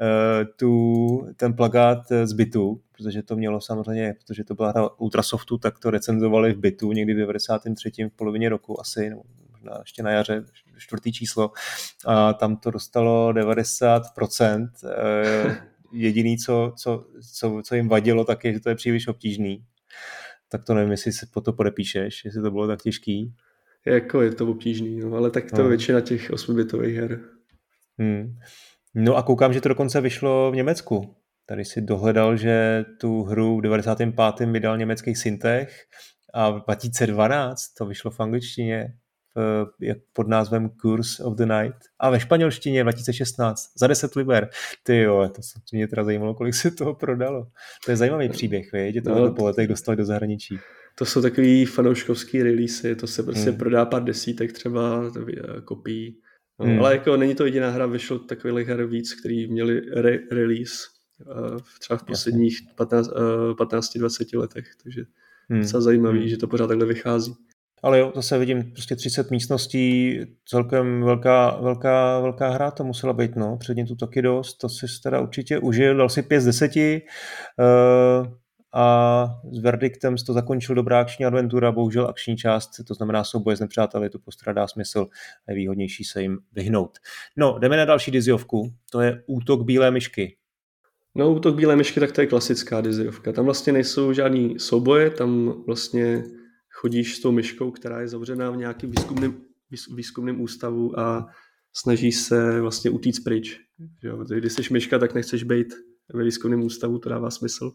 Speaker 1: tu, ten plakát z Bitu, protože to mělo samozřejmě, protože to byla hra Ultrasoftu, tak to recenzovali v Bitu někdy v devadesátém třetím v polovině roku asi, no, možná ještě na jaře, čtvrtý číslo, a tam to dostalo devadesát procent. Uh, jediný, co, co, co, co jim vadilo, tak je, že to je příliš obtížný. Tak to nevím, jestli se po to podepíšeš, jestli to bylo tak těžký.
Speaker 2: Jako je to obtížný, no, ale tak to no. Většina těch osmibitových her. Hmm.
Speaker 1: No a koukám, že to dokonce vyšlo v Německu. Tady si dohledal, že tu hru v devadesátém pátém vydal německý Syntech a v dva tisíce dvanáct to vyšlo v angličtině v, pod názvem Curse of the Night a ve španělštině dva tisíce šestnáct za deset liber. Ty jo, to, to mě teda zajímalo, kolik se toho prodalo. To je zajímavý příběh, víš, že to no, po letech dostali do zahraničí.
Speaker 2: To jsou takový fanouškovský releasy, to se prostě hmm. prodá pár desítek třeba kopií. No, hmm. Ale jako není to jediná hra, vyšlo takových her víc, který měli re- release třeba v posledních patnáct, patnáct dvacet letech, takže hmm. docela zajímavý, hmm. že to pořád takhle vychází.
Speaker 1: Ale jo, zase vidím prostě třicet místností, celkem velká, velká, velká hra to musela být, no, předtím tu taky dost, to si teda určitě užil, dal si pět z deseti uh, a s verdiktem to zakončil dobrá akční adventura, bohužel akční část, to znamená souboje s nepřáteli, to postrádá smysl a je výhodnější se jim vyhnout. No, jdeme na další diziovku, to je Útok bílé myšky.
Speaker 2: No, Útok bílé myšky, tak to je klasická diziovka. Tam vlastně nejsou žádný souboje, tam vlastně chodíš s tou myškou, která je zavřená v nějakém výzkumném, výzkumném ústavu a snažíš se vlastně utíct pryč. Jo, když jsi myška, tak nechceš být ve výzkumném ústavu, to dává smysl.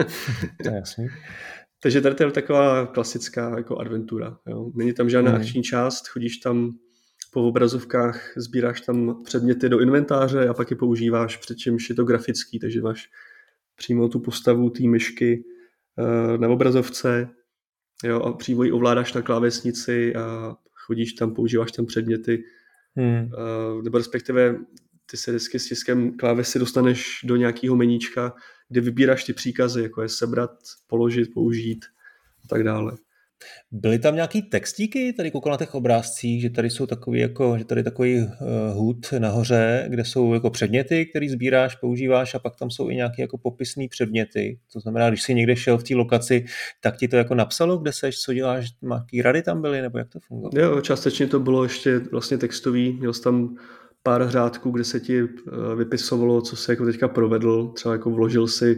Speaker 1: To je jasný.
Speaker 2: Takže tady to je taková klasická jako adventura. Jo. Není tam žádná hmm. akční část, chodíš tam po obrazovkách, sbíráš tam předměty do inventáře a pak je používáš, přičemž je to grafický, takže máš přímo tu postavu té myšky uh, na obrazovce, jo, a přímo ji ovládáš na klávesnici a chodíš tam, používáš tam předměty, hmm. uh, nebo respektive ty se vždycky s tiskem klávesy dostaneš do nějakého meníčka, kde vybíráš ty příkazy, jako je sebrat, položit, použít a tak dále.
Speaker 1: Byly tam nějaký textíky, tady koukal na těch obrázcích, že tady jsou takový jako, že tady takový uh, hud nahoře, kde jsou jako předměty, které sbíráš, používáš a pak tam jsou i nějaké jako popisné předměty. To znamená, když jsi někde šel v té lokaci, tak ti to jako napsalo, kde seš, co děláš, jaký rady tam byly, nebo jak to fungovalo?
Speaker 2: Jo, částečně to bylo ještě vlastně textový, měl jsi tam pár řádků, kde se ti vypisovalo, co se jako teďka provedl, třeba jako vložil si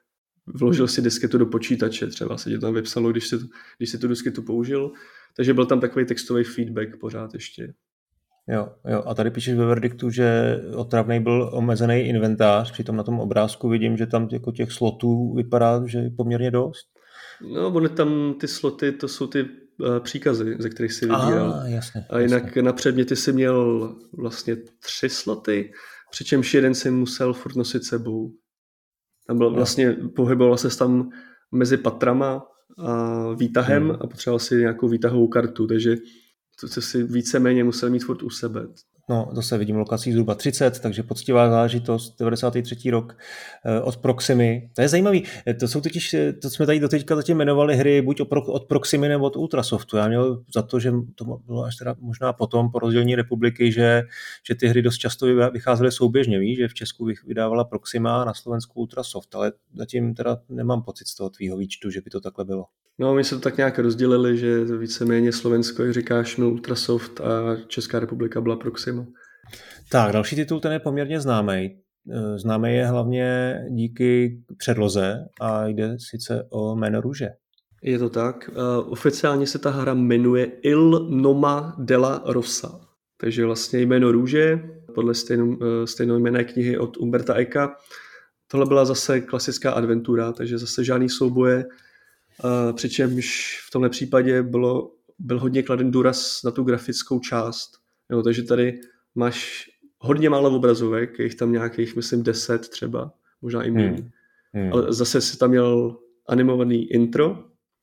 Speaker 2: vložil si disketu do počítače, třeba se ti tam vypsalo, když si, když si tu disketu použil, takže byl tam takový textový feedback pořád ještě.
Speaker 1: Jo, jo, a tady píšeš ve verdiktu, že otravnej byl omezený inventář, přitom na tom obrázku vidím, že tam jako těch slotů vypadá, že je poměrně dost.
Speaker 2: No, oni tam ty sloty, to jsou ty uh, příkazy, ze kterých si vybíral.
Speaker 1: Ah, jasně,
Speaker 2: a jinak
Speaker 1: jasně.
Speaker 2: Na předměty si měl vlastně tři sloty, přičemž jeden si musel furt nosit sebou. Tam byl vlastně, pohyboval se tam mezi patrama a výtahem hmm. a potřeboval si nějakou výtahovou kartu, takže to si víceméně musel mít furt u sebe.
Speaker 1: No, zase vidím lokací zhruba třicet, takže poctivá záležitost, devadesátý třetí rok od Proximy. To je zajímavý. To jsou totiž, to jsme tady doteďka zatím jmenovali hry buď od Proximy nebo od Ultrasoftu. Já měl za to, že to bylo až teda možná potom po rozdělení republiky, že, že ty hry dost často vycházely souběžně. Víš, že v Česku vydávala Proxima a na Slovensku Ultrasoft, ale zatím teda nemám pocit z toho tvýho výčtu, že by to takhle bylo.
Speaker 2: No, my se to tak nějak rozdělili, že víceméně Slovensko, jak říkáš, měl Ultrasoft a Česká republika byla Proxima.
Speaker 1: Tak, další titul, ten je poměrně známý. Známý je hlavně díky předloze a jde sice o Jméno růže.
Speaker 2: Je to tak. Uh, oficiálně se ta hra jmenuje Il Noma della Rosa. Takže vlastně Jméno růže, podle stejnou, uh, stejnojmenné knihy od Umberta Eka. Tohle byla zase klasická adventura, takže zase žádný souboje. Uh, přičemž v tomhle případě bylo, byl hodně kladen důraz na tu grafickou část. Jo, takže tady máš hodně málo obrazovek, je jich tam nějakých, myslím, deset třeba, možná i méně. Hmm. Hmm. Ale zase si tam měl animovaný intro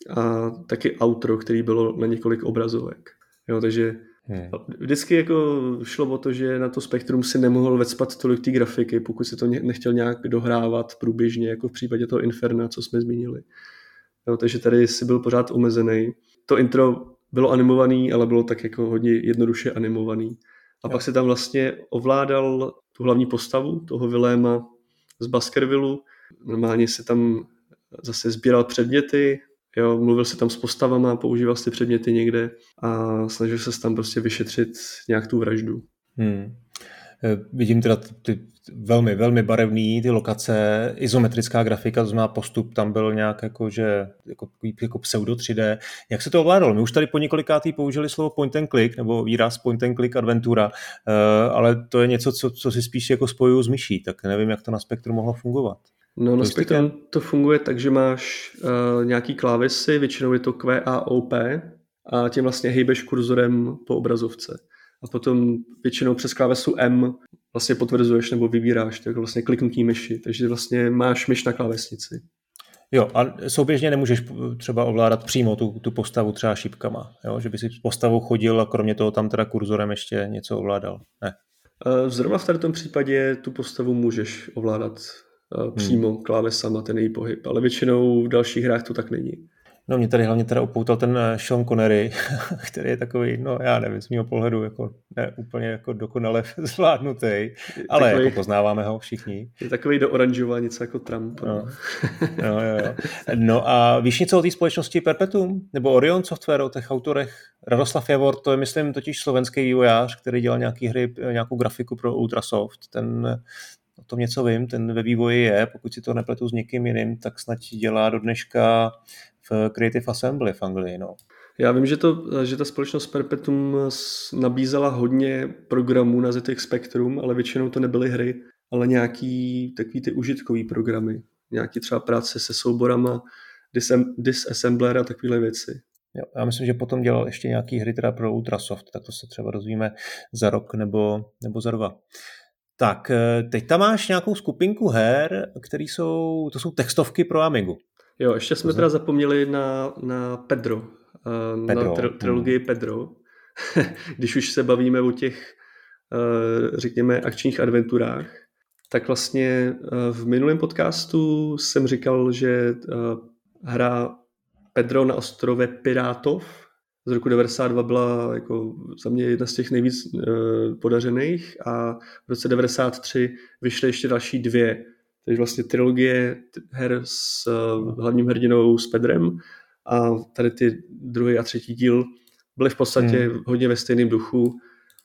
Speaker 2: a taky outro, který bylo na několik obrazovek. Jo, takže hmm. vždycky jako šlo o to, že na to spektrum si nemohl vecpat tolik té grafiky, pokud si to nechtěl nějak dohrávat průběžně, jako v případě toho Inferna, co jsme zmínili. Jo, takže tady si byl pořád omezený. To intro bylo animovaný, ale bylo tak jako hodně jednoduše animovaný. A jo. Pak se tam vlastně ovládal tu hlavní postavu, toho Viléma z Baskervillu. Normálně se tam zase sbíral předměty, jo, mluvil se tam s postavama, používal si předměty někde a snažil se tam prostě vyšetřit nějak tu vraždu. Hmm.
Speaker 1: Vidím teda ty velmi, velmi barevný, ty lokace, izometrická grafika, to znamená postup, tam byl nějak jako, že, jako, jako pseudo tři dé. Jak se to ovládalo? My už tady po několikátý použili slovo point and click, nebo výraz point and click adventura, ale to je něco, co, co si spíš jako spojuju s myší, tak nevím, jak to na Spektru mohlo fungovat.
Speaker 2: No na Spektru to funguje tak, že máš uh, nějaký klávesy, většinou je to Q A O P a tím vlastně hejbeš kurzorem po obrazovce. A potom většinou přes klávesu M vlastně potvrzuješ nebo vybíráš, tak vlastně kliknutí myši, takže vlastně máš myš na klávesnici.
Speaker 1: Jo, a souběžně nemůžeš třeba ovládat přímo tu, tu postavu třeba šipkama, jo? Že by si postavou chodil a kromě toho tam teda kurzorem ještě něco ovládal. Ne.
Speaker 2: Zrovna v tomto případě tu postavu můžeš ovládat přímo hmm. klávesama ten její pohyb, ale většinou v dalších hrách to tak není.
Speaker 1: No mě tady hlavně teda upoutal ten Sean Connery, který je takový, no já nevím, z mého pohledu jako ne úplně jako dokonale zvládnutý, ale takový, jako poznáváme ho všichni.
Speaker 2: Je takový do oranžova, něco jako Trump.
Speaker 1: No, no, jo, jo. No a víš něco o té společnosti Perpetuum? Nebo Orion Software, o těch autorech? Radoslav Javor, to je myslím totiž slovenský vývojář, který dělal nějaký hry, nějakou grafiku pro Ultrasoft. Ten o tom něco vím, ten ve vývoji je, pokud si to nepletu s někým jiným, tak snad dělá do dneška v Creative Assembly v Anglii. No.
Speaker 2: Já vím, že, to, že ta společnost Perpetuum nabízela hodně programů na Z X Spectrum, ale většinou to nebyly hry, ale nějaký takový ty užitkový programy. Nějaký třeba práce se souborama, disem, disassembler a takovéhle věci.
Speaker 1: Jo, já myslím, že potom dělal ještě nějaký hry teda pro Ultrasoft, tak to se třeba dozvíme za rok nebo, nebo za dva. Tak, teď tam máš nějakou skupinku her, které jsou, to jsou textovky pro Amigu.
Speaker 2: Jo, ještě jsme teda zapomněli na, na Pedro, Pedro. Na tri- trilogii hmm. Pedro. Když už se bavíme o těch, řekněme, akčních adventurách, tak vlastně v minulém podcastu jsem říkal, že hra Pedro na ostrově Pirátov z roku devadesát dva byla jako za mě jedna z těch nejvíc podařených a v roce devadesát tři vyšly ještě další dvě. Takže vlastně trilogie her s hlavním hrdinou s Pedrem a tady ty druhý a třetí díl byly v podstatě hmm. hodně ve stejném duchu.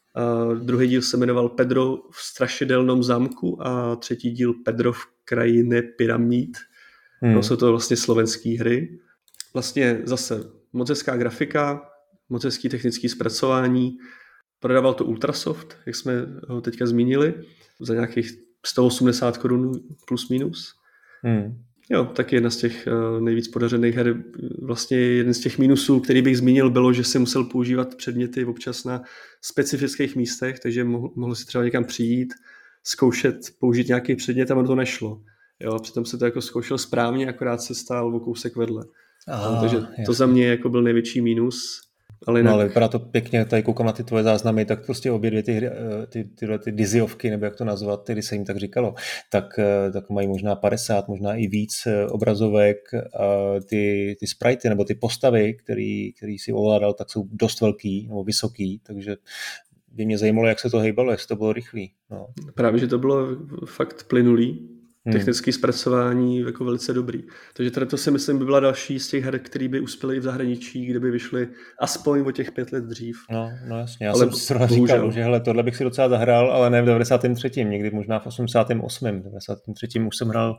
Speaker 2: A druhý díl se jmenoval Pedro v strašidelnom zámku a třetí díl Pedro v krajině pyramid. Hmm. No, jsou to vlastně slovenské hry. Vlastně zase moc hezká grafika, moc hezký technický zpracování. Prodával to Ultrasoft, jak jsme ho teďka zmínili, za nějakých sto osmdesát korun plus minus. Hmm. Jo, taky jedna z těch uh, nejvíc podařených her. Vlastně jeden z těch minusů, který bych zmínil, bylo, že si musel používat předměty občas na specifických místech, takže mohl, mohl si třeba někam přijít, zkoušet použít nějaký předmět a ono to nešlo. Jo, přitom se to jako zkoušel správně, akorát se stál o kousek vedle. Aha, no, takže jasný. To za mě jako byl největší minus. Ale,
Speaker 1: no, ale vypadá to pěkně, tady koukám na ty tvoje záznamy, tak prostě obě dvě ty, ty, tyhle ty diziovky, nebo jak to nazvat, tedy se jim tak říkalo, tak, tak mají možná padesát, možná i víc obrazovek. A ty, ty sprite, nebo ty postavy, který, který si ovládal, tak jsou dost velký, nebo vysoký, takže by mě zajímalo, jak se to hejbalo, jestli to bylo rychlý. No.
Speaker 2: Právě, že to bylo fakt plynulý. Technické zpracování jako velice dobrý. Takže tady to si myslím by byla další z těch her, které by uspěly i v zahraničí, kde by vyšly aspoň o těch pět let dřív.
Speaker 1: No, no jasně, já ale jsem si říkal, že hele, tohle bych si docela zahrál, ale ne v devadesátém třetím někdy možná v osmdesátém osmém V devadesátém třetím už jsem hrál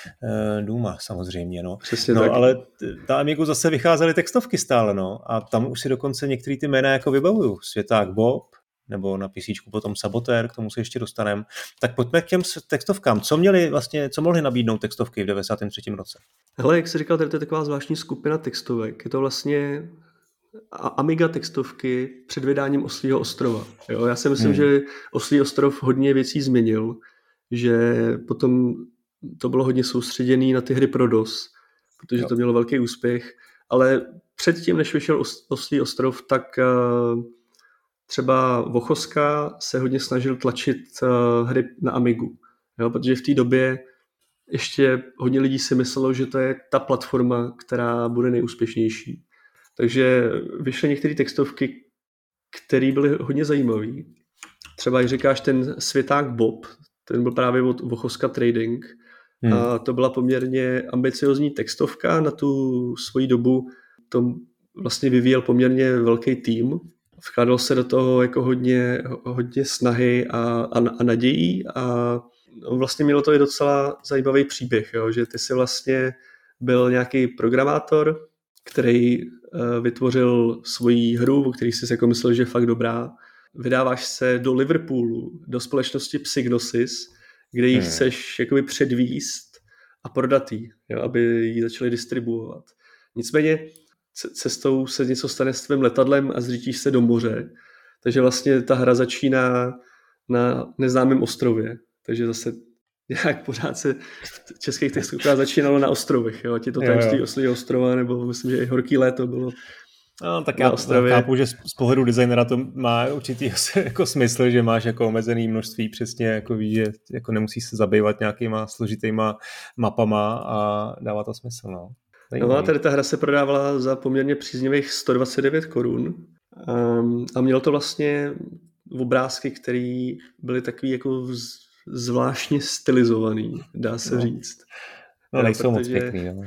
Speaker 1: uh, Duma samozřejmě, no.
Speaker 2: Přesně
Speaker 1: no,
Speaker 2: tak.
Speaker 1: Ale ta Amigu zase vycházely textovky stále, no. A tam už si dokonce některé ty jména jako vybavuju. Světák Bob, nebo na písíčku potom Sabotér, k tomu se ještě dostaneme. Tak pojďme k těm textovkám. Co měli vlastně, co mohli nabídnout textovky v devadesátém třetím roce?
Speaker 2: Hele, jak jsi říkal, tady to je taková zvláštní skupina textovek. Je to vlastně Amiga textovky před vydáním Oslího ostrova. Jo, já si myslím, hmm. že Oslí ostrov hodně věcí změnil, že potom to bylo hodně soustředěné na ty hry pro DOS, protože jo. to mělo velký úspěch, ale předtím, než vyšel Oslí ostrov, tak třeba Vochoska se hodně snažil tlačit uh, hry na Amigu, jo, protože v té době ještě hodně lidí si myslelo, že to je ta platforma, která bude nejúspěšnější. Takže vyšly některé textovky, které byly hodně zajímavé. Třeba, jak říkáš, ten Světák Bob, ten byl právě od Vochoska Trading. Hmm. A to byla poměrně ambiciozní textovka na tu svoji dobu. To vlastně vyvíjel poměrně velký tým. Vkládal se do toho jako hodně, hodně snahy a, a, a nadějí a vlastně mělo to i docela zajímavý příběh, jo? Že ty jsi vlastně byl nějaký programátor, který uh, vytvořil svoji hru, o který jsi jako myslel, že je fakt dobrá. Vydáváš se do Liverpoolu, do společnosti Psygnosis, kde ji hmm. chceš jakoby předvíst a prodat jí, jo? Aby ji začali distribuovat. Nicméně cestou se něco stane s tvým letadlem a zřítíš se do moře. Takže vlastně ta hra začíná na neznámém ostrově. Takže zase nějak pořád se v českých textovkách začínalo na ostrovech. Jo? Ať je to tajemství Oslího ostrova, nebo myslím, že i Horký léto bylo.
Speaker 1: No, tak já chápu, že z pohledu designera to má určitý jako smysl, že máš jako omezený množství, přesně jako víš, že jako nemusíš se zabývat nějakýma složitýma mapama a dává to smysl. No.
Speaker 2: No a tady ta hra se prodávala za poměrně příznivých sto dvacet devět korun um, a mělo to vlastně obrázky, které byly takový jako z, zvláštně stylizovaný, dá se
Speaker 1: no.
Speaker 2: říct.
Speaker 1: No nejsou moc pěkný. No.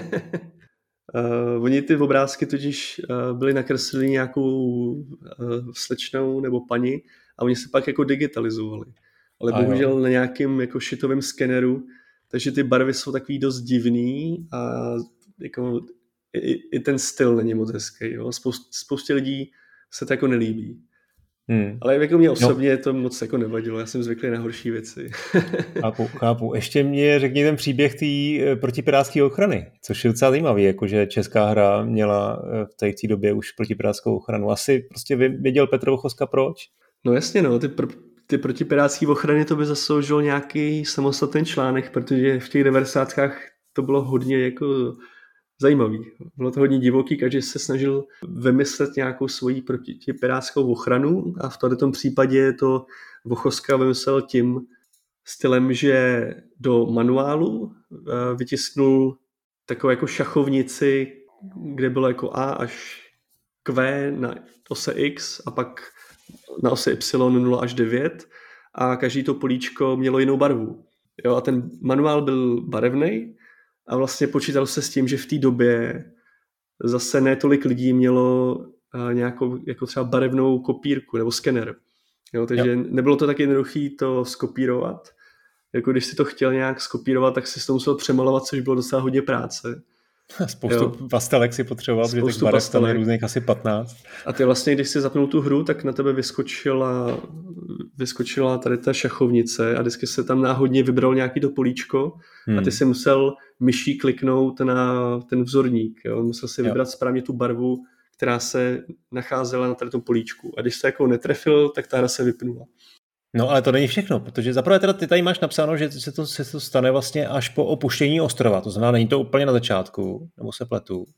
Speaker 2: Uh, oni ty obrázky totiž uh, byly nakresleny nějakou uh, slečnou nebo paní a oni se pak jako digitalizovali. Ale a bohužel jo. na nějakém jako šitovém skeneru, takže ty barvy jsou takový dost divný a jako i, i ten styl není moc hezký. Jo? Spoust, spoustě lidí se to jako nelíbí. Hmm. Ale jako mě osobně no. to moc jako nevadilo, já jsem zvyklý na horší věci.
Speaker 1: Chápu, chápu. Ještě mě řekni ten příběh té protipirátské ochrany, což je docela zajímavý, jakože česká hra měla v té, v té době už protipirátskou ochranu. Asi prostě věděl Petr Vochoska proč?
Speaker 2: No jasně, no, ty, pr- ty protipirátské ochrany to by zasloužil nějaký samostatný článek, protože v těch devadesátkách to bylo hodně jako zajímavý. Bylo to hodně divoký, každý se snažil vymyslet nějakou svoji protipirátskou ochranu a v tomto případě to Vochoska vymyslel tím stylem, že do manuálu vytisknul takovou jako šachovnici, kde bylo jako A až Q na ose X a pak na ose Y nula až devět a každý to políčko mělo jinou barvu. Jo, a ten manuál byl barevnej a vlastně počítalo se s tím, že v té době zase ne tolik lidí mělo nějakou jako třeba barevnou kopírku nebo skener. Jo, takže jo. nebylo to tak jednoduché to skopírovat. Jako když si to chtěl nějak skopírovat, tak si to musel přemalovat, což bylo docela hodně práce.
Speaker 1: Spoustu jo. pastelek si potřeboval, protože těch barev tam je různých asi patnáct.
Speaker 2: A ty vlastně, když si zapnul tu hru, tak na tebe vyskočila, vyskočila tady ta šachovnice a vždycky se tam náhodně vybral nějaký to políčko hmm. a ty si musel myší kliknout na ten vzorník. Jo? Musel si vybrat jo. správně tu barvu, která se nacházela na tady tom políčku. A když se jako netrefil, tak ta hra se vypnula.
Speaker 1: No ale to není všechno, protože zaprvé teda ty tady máš napsáno, že se to, se to stane vlastně až po opuštění ostrova, to znamená, není to úplně na začátku, nebo se pletu, uh,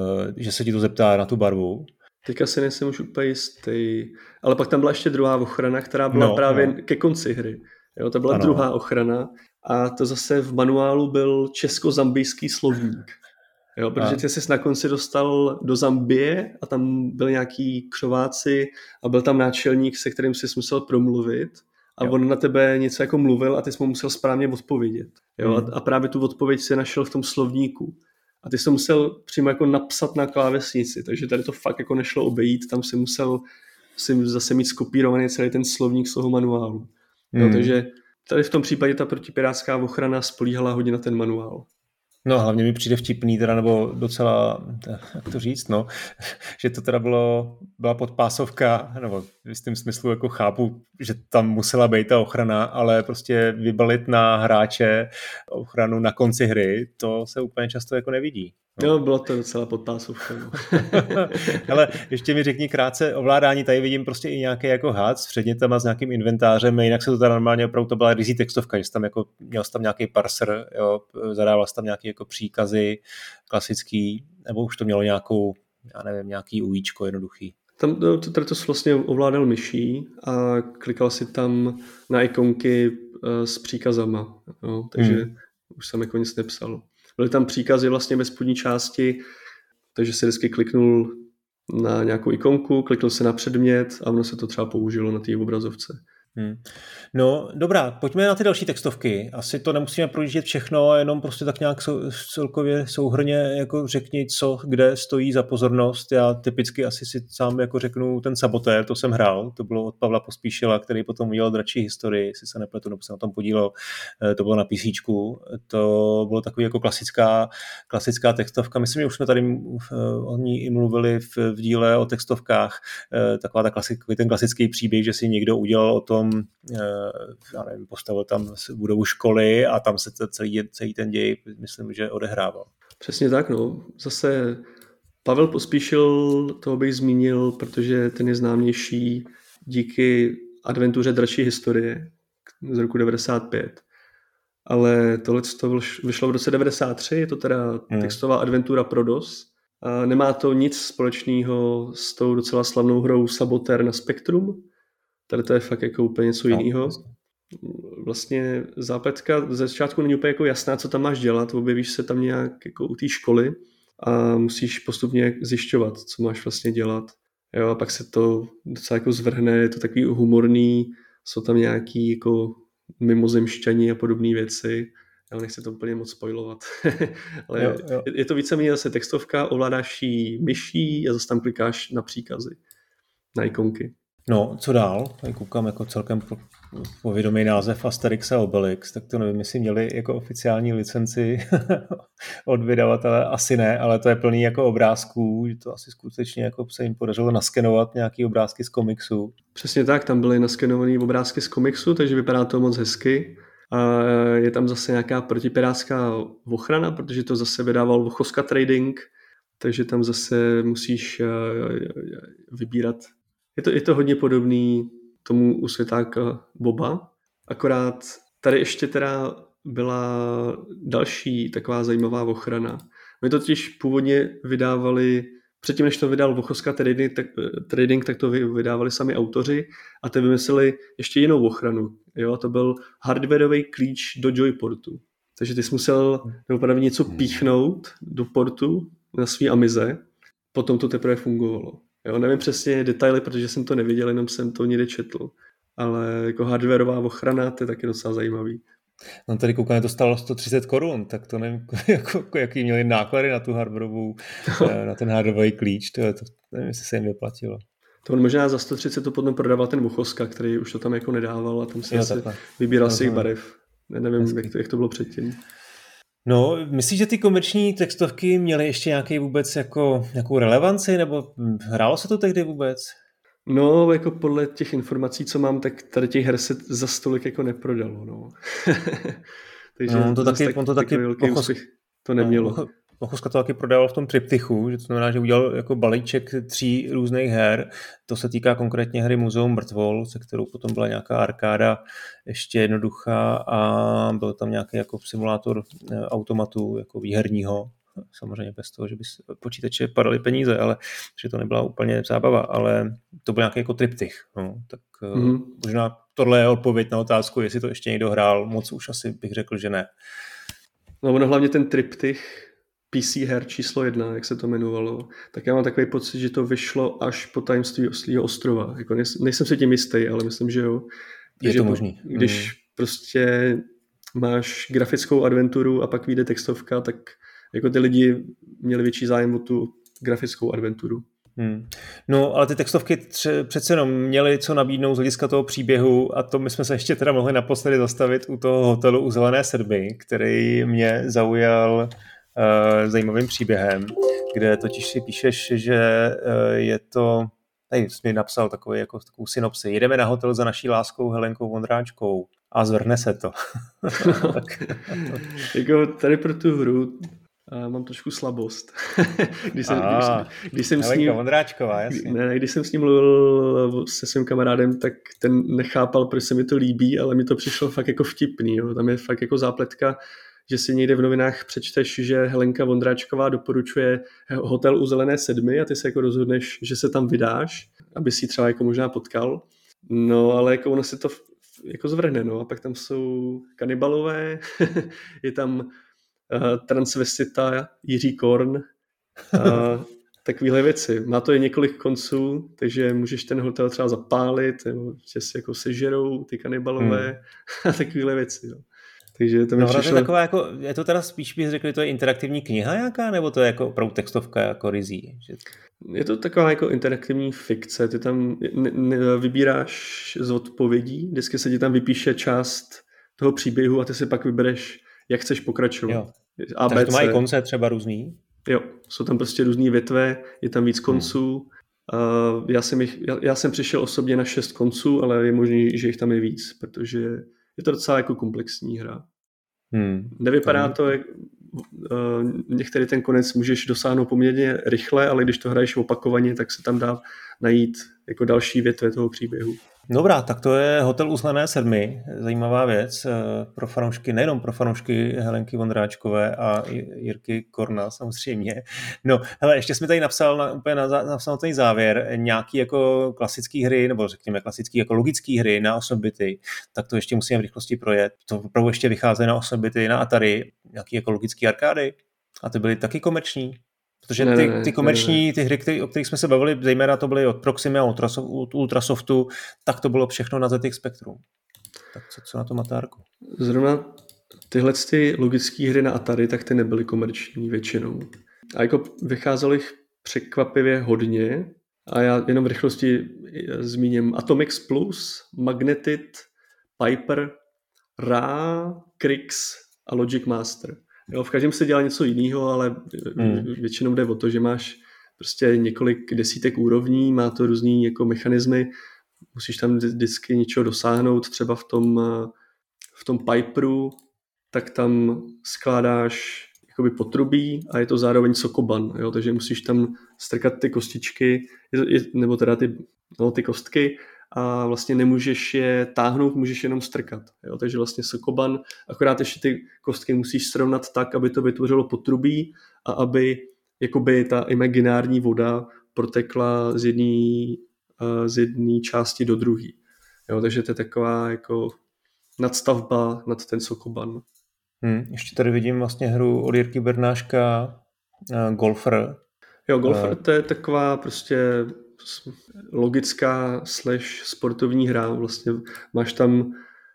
Speaker 1: že se ti to zeptá na tu barvu.
Speaker 2: Teďka si nejsem už úplně jistý, ale pak tam byla ještě druhá ochrana, která byla no, právě no. ke konci hry. Jo, to byla ano. druhá ochrana a to zase v manuálu byl česko-zambijský slovník. Jo, protože ty jsi na konci dostal do Zambie a tam byl nějaký křováci a byl tam náčelník, se kterým jsi musel promluvit a jo. on na tebe něco jako mluvil a ty jsi mu musel správně odpovědět. Jo, hmm. a, a právě tu odpověď si našel v tom slovníku. A ty jsi to musel přímo jako napsat na klávesnici, takže tady to fakt jako nešlo obejít, tam si musel si zase mít skopírovaný celý ten slovník z toho manuálu. Hmm. Jo, takže tady v tom případě ta protipirátská ochrana spolíhala hodně na ten manuál.
Speaker 1: No hlavně mi přijde vtipný teda, nebo docela, jak to říct, no, že to teda bylo, byla podpásovka, nebo v tom smyslu jako chápu, že tam musela být ta ochrana, ale prostě vybalit na hráče ochranu na konci hry, to se úplně často jako nevidí.
Speaker 2: No, no bylo to docela podpásovka. No.
Speaker 1: Ale ještě mi řekni krátce ovládání, tady vidím prostě i nějaký jako had s předmětama, s nějakým inventářem, jinak se to teda normálně opravdu to byla rizí textovka, že jsi tam jako, měl jsi tam nějaký parser, jo, zadával jsi tam nějaký jako příkazy klasický, nebo už to mělo nějakou, já nevím, nějaký ujíčko jednoduchý.
Speaker 2: Tam to, to, to vlastně ovládal myší a klikal si tam na ikonky uh, s příkazama, jo, takže hmm. už jsem jako nic nepsal. Byly tam příkazy vlastně ve spodní části, takže si vždycky kliknul na nějakou ikonku, kliknul se na předmět a ono se to třeba použilo na té obrazovce.
Speaker 1: Hmm. No dobrá, pojďme na ty další textovky. Asi to nemusíme projíždět všechno, jenom prostě tak nějak sou, celkově souhrně jako řekni, co kde stojí za pozornost. Já typicky asi si sám jako řeknu ten Sabotér, to jsem hrál, to bylo od Pavla Pospíšila, který potom udělal Dračí historii, si se nepletu, nebo se na tom podílel, to bylo na PCčku, to bylo takový jako klasická, klasická textovka. Myslím, že už jsme tady o ní i mluvili v, v díle o textovkách, taková ta klasik, ten klasický příběh, že si někdo udělal o tom, já nevím, postavil tam budovu školy a tam se to celý, celý ten děj, myslím, že odehrával.
Speaker 2: Přesně tak, no. Zase Pavel Pospíšil, toho bych zmínil, protože ten je známější díky adventuře Dračí historie z roku devadesát pět. Ale tohle to vyšlo v roce devadesát tři, je to teda hmm. textová adventura pro DOS. A nemá to nic společného s tou docela slavnou hrou Sabotér na Spektrum. Tady to je fakt jako úplně něco jiného. vlastně zápletka ze začátku není úplně jako jasná, co tam máš dělat, objevíš se tam nějak jako u té školy a musíš postupně zjišťovat, co máš vlastně dělat. Jo, a pak se to docela jako zvrhne, je to takový humorný, jsou tam nějaký jako mimozemšťani a podobné věci. Já nechci to úplně moc spoilovat. Ale jo, jo. Je to víceméně zase textovka, ovládáš ji myší a zase tam klikáš na příkazy, na ikonky.
Speaker 1: No, co dál? Tady koukám jako celkem povědomý název Asterix a Obelix, tak to nevím, jestli měli jako oficiální licenci od vydavatele, asi ne, ale to je plný jako obrázků, že to asi skutečně jako se jim podařilo naskenovat nějaký obrázky z komiksu.
Speaker 2: Přesně tak, tam byly naskenované obrázky z komiksu, takže vypadá to moc hezky. A je tam zase nějaká protipirátská ochrana, protože to zase vydával Vochoska Trading, takže tam zase musíš vybírat. Je to, je to hodně podobný tomu u světáka Boba, akorát tady ještě teda byla další taková zajímavá ochrana. My totiž původně vydávali, předtím než to vydal Vochoska Trading, tak, trading, tak to vydávali sami autoři a ty vymysleli ještě jinou ochranu. Jo? To byl hardwareový klíč do joyportu. Takže ty jsi musel opravdu něco píchnout do portu na svý Amize, potom to teprve fungovalo. Jo, nevím přesně detaily, protože jsem to neviděl, jenom jsem to někde četl. Ale jako hardwareová ochrana, to je taky docela zajímavý.
Speaker 1: No tady koukám, to stálo sto třicet korun, tak to nevím, jako, jaký měli náklady na tu hardwareovou, na ten hardwareový klíč, to, to nevím, jestli se jim vyplatilo.
Speaker 2: To on možná za sto třicet to potom prodával ten Vochoska, který už to tam jako nedával a tam se asi vybíral si barev. Nevím, jak to, jak to bylo předtím.
Speaker 1: No, myslíš, že ty komerční textovky měly ještě nějaký vůbec jako nějakou relevanci, nebo hrálo se to tehdy vůbec?
Speaker 2: No, jako podle těch informací, co mám, tak tady těch her se za stolik jako neprodalo, no.
Speaker 1: Takže no, on to taky, tak, on to taky
Speaker 2: pochos... to nemělo.
Speaker 1: No, Vochoska to taky prodával v tom triptychu, že to znamená, že udělal jako balíček tří různých her. To se týká konkrétně hry Muzeum mrtvol, se kterou potom byla nějaká arkáda ještě jednoduchá a byl tam nějaký jako simulátor automatu jako výherního. Samozřejmě bez toho, že by počítače padaly peníze, ale že to nebyla úplně zábava, ale to byl nějaký jako triptych. No, tak mm-hmm. možná tohle je odpověď na otázku, jestli to ještě někdo hrál. Moc už asi bych řekl, že ne.
Speaker 2: No ono hlavně ten triptych P C her číslo jedna, jak se to jmenovalo, tak já mám takový pocit, že to vyšlo až po Tajemství oslího ostrova. Jako nejsem si tím jistý, ale myslím, že jo.
Speaker 1: Je to možný.
Speaker 2: Když mm. prostě máš grafickou adventuru a pak vyjde textovka, tak jako ty lidi měli větší zájem o tu grafickou adventuru.
Speaker 1: Hmm. No, ale ty textovky tře- přece jenom měly co nabídnout z hlediska toho příběhu a to my jsme se ještě teda mohli naposledy zastavit u toho hotelu u Zelené sedmi, který mě zaujal uh, zajímavým příběhem, kde totiž si píšeš, že uh, je to, tady jsi mi napsal takový, jako, takovou synopsi, jedeme na hotel za naší láskou Helenkou Vondráčkou a zvrhne se to.
Speaker 2: tak. Jako tady pro tu hru Uh, mám trošku slabost. když, jsem,
Speaker 1: ah,
Speaker 2: když, když, jsem s ním,
Speaker 1: Vondráčková, jasně.
Speaker 2: Ne, když jsem s ním mluvil se svým kamarádem, tak ten nechápal, proč se mi to líbí, ale mi to přišlo fakt jako vtipný. Jo. Tam je fakt jako zápletka, že si někde v novinách přečteš, že Helenka Vondráčková doporučuje hotel u Zelené sedmi a ty se jako rozhodneš, že se tam vydáš, aby si ji třeba jako možná potkal. No, ale jako ono se to jako zvrhne, no. A pak tam jsou kanibalové, je tam Uh, transvestita Jiří Korn, uh, takovéhle věci. Má to i několik konců, takže můžeš ten hotel třeba zapálit, nebo že si jako sežerou ty kanibalové hmm. a takovéhle věci. No. Takže to mi
Speaker 1: no,
Speaker 2: přišlo...
Speaker 1: je, taková jako, je to teda spíš bych řekl, to je interaktivní kniha nějaká, nebo to je jako opravdu textovka jako rizí? Že...
Speaker 2: Je to taková jako interaktivní fikce. Ty tam ne, ne, vybíráš z odpovědí, vždycky se ti tam vypíše část toho příběhu a ty si pak vybereš, jak chceš pokračovat.
Speaker 1: Jo. A takže to má i konce třeba různý?
Speaker 2: Jo, jsou tam prostě různý větve, je tam víc konců. Hmm. Uh, já, jsem jich, já, já jsem přišel osobně na šest konců, ale je možný, že jich tam je víc, protože je to docela jako komplexní hra.
Speaker 1: Hmm.
Speaker 2: Nevypadá to, jak uh, některý ten konec můžeš dosáhnout poměrně rychle, ale když to hraješ opakovaně, tak se tam dá najít jako další větve toho příběhu.
Speaker 1: Dobrá, tak to je Hotel u Zelené sedmi, zajímavá věc pro fanoušky, nejenom pro fanoušky Helenky Vondráčkové a Jirky Korna samozřejmě. No, hele, ještě jsi mi tady napsal na, úplně na, na samotný závěr nějaký jako klasický hry, nebo řekněme klasický jako logický hry na osm bity, tak to ještě musíme v rychlosti projet. To opravdu ještě vychází na osm bity, na Atari, nějaký jako logický arkády a ty byly taky komerční. Protože ty, ty komerční, ty hry, který, o kterých jsme se bavili, zejména to byly od Proximy a od Ultrasoftu, tak to bylo všechno na Z X Spectrum. Tak co, co na to máte, Arku?
Speaker 2: Zrovna tyhle ty logické hry na Atari, tak ty nebyly komerční většinou. A jako vycházelo jich překvapivě hodně. A já jenom v rychlosti zmíním Atomix Plus, Magnetit, Piper, Ra, Krix a Logic Master. Jo, v každém se dělá něco jiného, ale hmm. většinou jde o to, že máš prostě několik desítek úrovní, má to různý jako mechanismy, musíš tam vždycky něčeho dosáhnout, třeba v tom, v tom Piperu, tak tam skládáš jakoby potrubí a je to zároveň sokoban, jo, takže musíš tam strkat ty kostičky, nebo teda ty, no, ty kostky, a vlastně nemůžeš je táhnout, můžeš jenom strkat. Jo? Takže vlastně sokoban, akorát ještě ty kostky musíš srovnat tak, aby to vytvořilo potrubí a aby jakoby ta imaginární voda protekla z jedné z jedné části do druhé. Takže to je taková jako nadstavba nad ten sokoban.
Speaker 1: Hmm, ještě tady vidím vlastně hru od Jirky Bernáška, uh, Golfer.
Speaker 2: Jo, Golfer uh, to je taková prostě logická slash sportovní hra. Vlastně máš tam,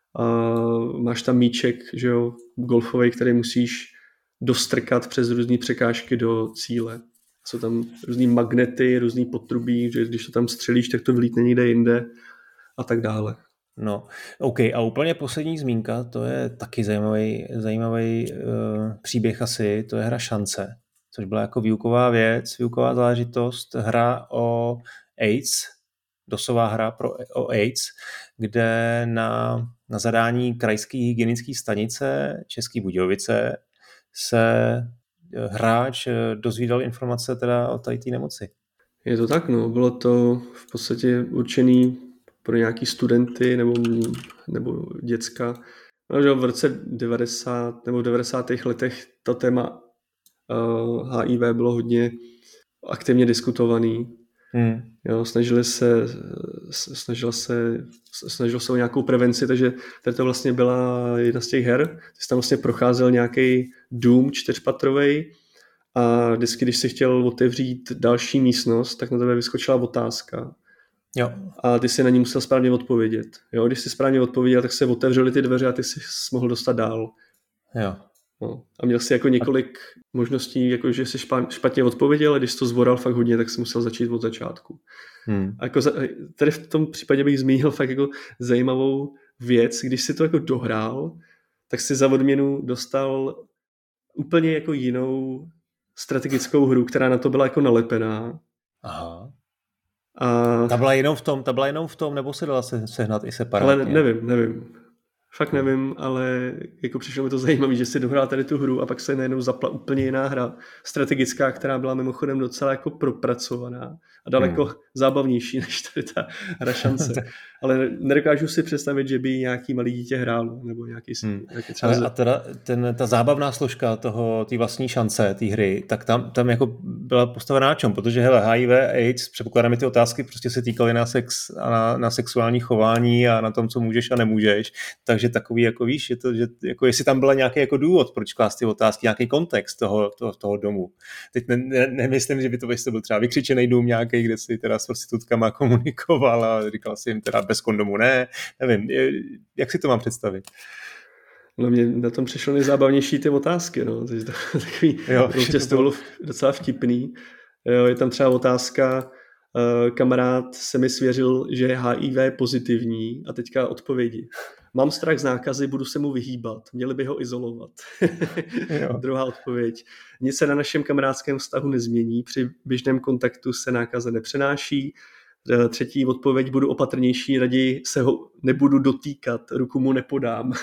Speaker 2: uh, máš tam míček, že jo, golfový, který musíš dostrkat přes různé překážky do cíle. Jsou tam různý magnety, různý potrubí, že když to tam střelíš, tak to vlítne někde jinde a tak dále.
Speaker 1: No, OK. A úplně poslední zmínka, to je taky zajímavý, zajímavý uh, příběh asi, to je hra Šance, což byla jako výuková věc, výuková záležitost, hra o AIDS, dosová hra pro, o AIDS, kde na, na zadání krajské hygienické stanice České Budějovice se hráč dozvídal informace teda o tady té nemoci.
Speaker 2: Je to tak, no. Bylo to v podstatě určený pro nějaký studenty nebo, nebo děcka. No, že v roce devadesát nebo v devadesátých letech to téma uh, H I V bylo hodně aktivně diskutovaný. Hmm. Jo, snažili se, snažil se, snažil se o nějakou prevenci, takže tady to vlastně byla jedna z těch her. Ty jsi tam vlastně procházel nějaký dům čtyřpatrovej a vždycky, když jsi chtěl otevřít další místnost, tak na tebe vyskočila otázka.
Speaker 1: Jo.
Speaker 2: A ty si na ní musel správně odpovědět. Jo, když jsi správně odpověděl, tak se otevřely ty dveře a ty jsi mohl dostat dál.
Speaker 1: Jo.
Speaker 2: No. A měl jsi jako několik a... možností, jako že jsi špatně odpověděl, a když jsi to zvoral fakt hodně, tak jsi musel začít od začátku. Hmm. A jako tady v tom případě bych zmínil fakt jako zajímavou věc, když jsi to jako dohrál, tak si za odměnu dostal úplně jako jinou strategickou hru, která na to byla jako nalepená.
Speaker 1: Aha.
Speaker 2: A...
Speaker 1: Ta byla jenom v tom, ta byla jenom v tom, nebo se dala se, sehnat i separátně?
Speaker 2: Ale nevím, nevím. Fakt nevím, ale jako přišlo mi to zajímavé, že si dohrál tady tu hru a pak se najednou zapla úplně jiná hra, strategická, která byla mimochodem docela jako propracovaná a daleko hmm. zábavnější než tady ta hra Šance. Ale nedokážu si představit, že by nějaký malý dítě hrálo, nebo nějaký, hmm. nějaký třeba...
Speaker 1: Ale a teda ten, ta zábavná složka toho, té vlastní šance, té hry, tak tam, tam jako byla postavená na čem? Protože hele, H I V, AIDS, předpokládáme ty otázky prostě se týkaly na sex a na, na sexuální chování a na tom, co můžeš a nemůžeš. Takže takový, jako víš, je to, že, jako jestli tam byla nějaký jako důvod, proč klást ty otázky, nějaký kontext toho, toho, toho domu. Teď ne, ne, nemyslím, že by to byl třeba vykřičený dům nějaký, kde si teda s prostitutkama komunikoval a říkal si jim teda bez kondomu ne, nevím, jak si to mám představit?
Speaker 2: No mě na tom přišlo nejzábavnější ty otázky, no, takže to takový, jo, to bylo docela vtipný. Jo, je tam třeba otázka, uh, kamarád se mi svěřil, že je H I V pozitivní a teďka odpovědi. Mám strach z nákazy, budu se mu vyhýbat, měli by ho izolovat. Druhá odpověď. Nic se na našem kamarádském vztahu nezmění, při běžném kontaktu se nákaza nepřenáší. Třetí odpověď, budu opatrnější, raději se ho nebudu dotýkat, ruku mu nepodám.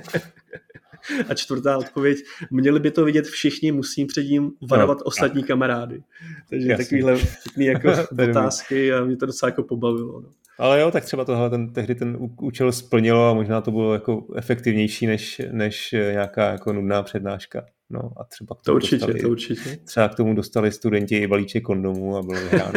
Speaker 2: A čtvrtá odpověď, měli by to vidět všichni, musím před ním varovat no, ostatní tak. kamarády. Takže jasně. Takovýhle pěkný jako otázky a mě to docela jako pobavilo. No.
Speaker 1: Ale jo, tak třeba tohle ten, tehdy ten účel splnilo a možná to bylo jako efektivnější než, než nějaká jako nudná přednáška. No a třeba k tomu
Speaker 2: to určitě,
Speaker 1: dostali,
Speaker 2: to určitě.
Speaker 1: Třeba k tomu dostali studenti i balíček kondomů a bylo vyhráno.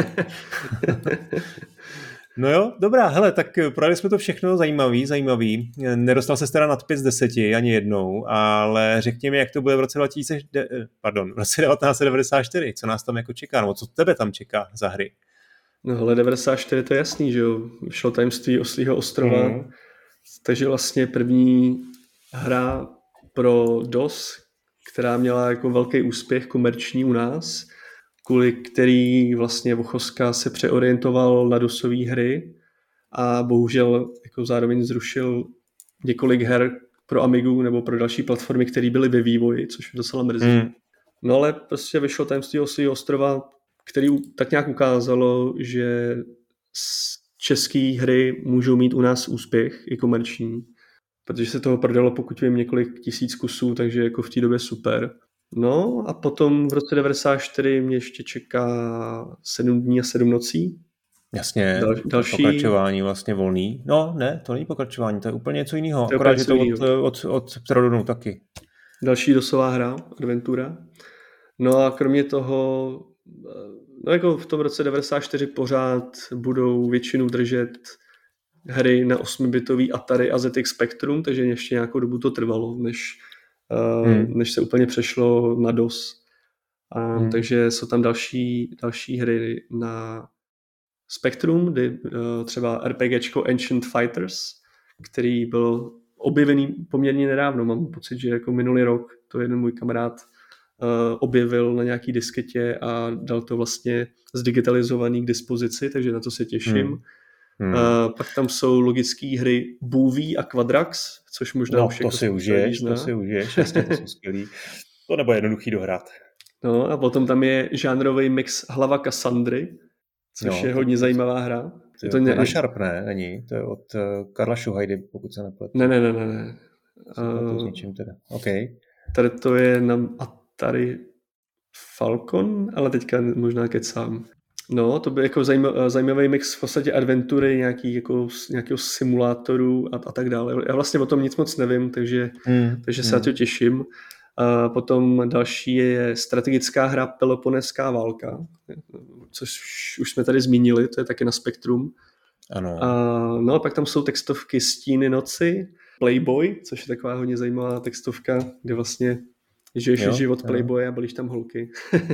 Speaker 1: No jo, dobrá, hele, tak projeli jsme to všechno, zajímavý, zajímavý. Nedostal se teda nad pět z deseti ani jednou, ale řekněme, jak to bude v roce, dva tisíce, pardon, v roce devatenáct set devadesát čtyři, co nás tam jako čeká, nebo co tebe tam čeká za hry?
Speaker 2: No hele, devadesát čtyři to je jasný, že jo, vyšlo Tajemství oslího ostrova, mm. takže vlastně první hra pro DOS, která měla jako velký úspěch komerční u nás, kvůli který vlastně Vochoska se přeorientoval na DOSové hry a bohužel jako zároveň zrušil několik her pro Amigu nebo pro další platformy, které byly ve vývoji, což je docela mrzí. Mm. No ale prostě vyšlo Tajemství oslího ostrova, který tak nějak ukázalo, že české hry můžou mít u nás úspěch i komerční, protože se toho prodalo, pokud vím, několik tisíc kusů, takže jako v té době super. No a potom v roce devadesát čtyři mě ještě čeká sedm dní a sedm nocí.
Speaker 1: Jasně, Dal, další... pokračování vlastně volný. No ne, to není pokračování, to je úplně něco jiného.
Speaker 2: To
Speaker 1: akorát, že to od, od, od Pterodonu taky.
Speaker 2: Další dosová hra, adventura. No a kromě toho, no jako v tom roce devadesát čtyři pořád budou většinu držet hry na osmibitový Atari a Z X Spectrum, takže ještě nějakou dobu to trvalo, než, hmm. uh, než se úplně přešlo na DOS. Um, hmm. Takže jsou tam další, další hry na Spectrum, kdy, uh, třeba RPGčko Ancient Fighters, který byl objevený poměrně nedávno. Mám pocit, že jako minulý rok to jeden můj kamarád uh, objevil na nějaký disketě a dal to vlastně zdigitalizovaný k dispozici, takže na to se těším. Hmm. Hmm. Uh, pak tam jsou logické hry Boovie a Quadrax, což možná
Speaker 1: no,
Speaker 2: už
Speaker 1: to
Speaker 2: jako
Speaker 1: si užiješ, to si užiješ, jasně, to jsou skvělý. To nebude jednoduchý dohrát.
Speaker 2: No a potom tam je žánrový mix Hlava Cassandry, což no, je hodně to, zajímavá hra.
Speaker 1: To je to na Sharp, ne? Není? To je od uh, Karla Šuhajdy, pokud se nepletu.
Speaker 2: Ne, ne, ne, ne. ne.
Speaker 1: Uh, s něčím teda. OK.
Speaker 2: Tady to je na Atari Falcon, ale teďka možná kecám. No, to by jako zajímavý, zajímavý mix v podstatě adventury, nějaký, jako, nějakého simulátoru a, a tak dále. Já vlastně o tom nic moc nevím, takže, hmm. takže se hmm. na to těším. A potom další je strategická hra Peloponéská válka, což už jsme tady zmínili, to je taky na Spektrum.
Speaker 1: Ano.
Speaker 2: A, no a pak tam jsou textovky Stíny noci, Playboy, což je taková hodně zajímavá textovka, kde vlastně žiješ jo, život jo. Playboye a balíš tam holky.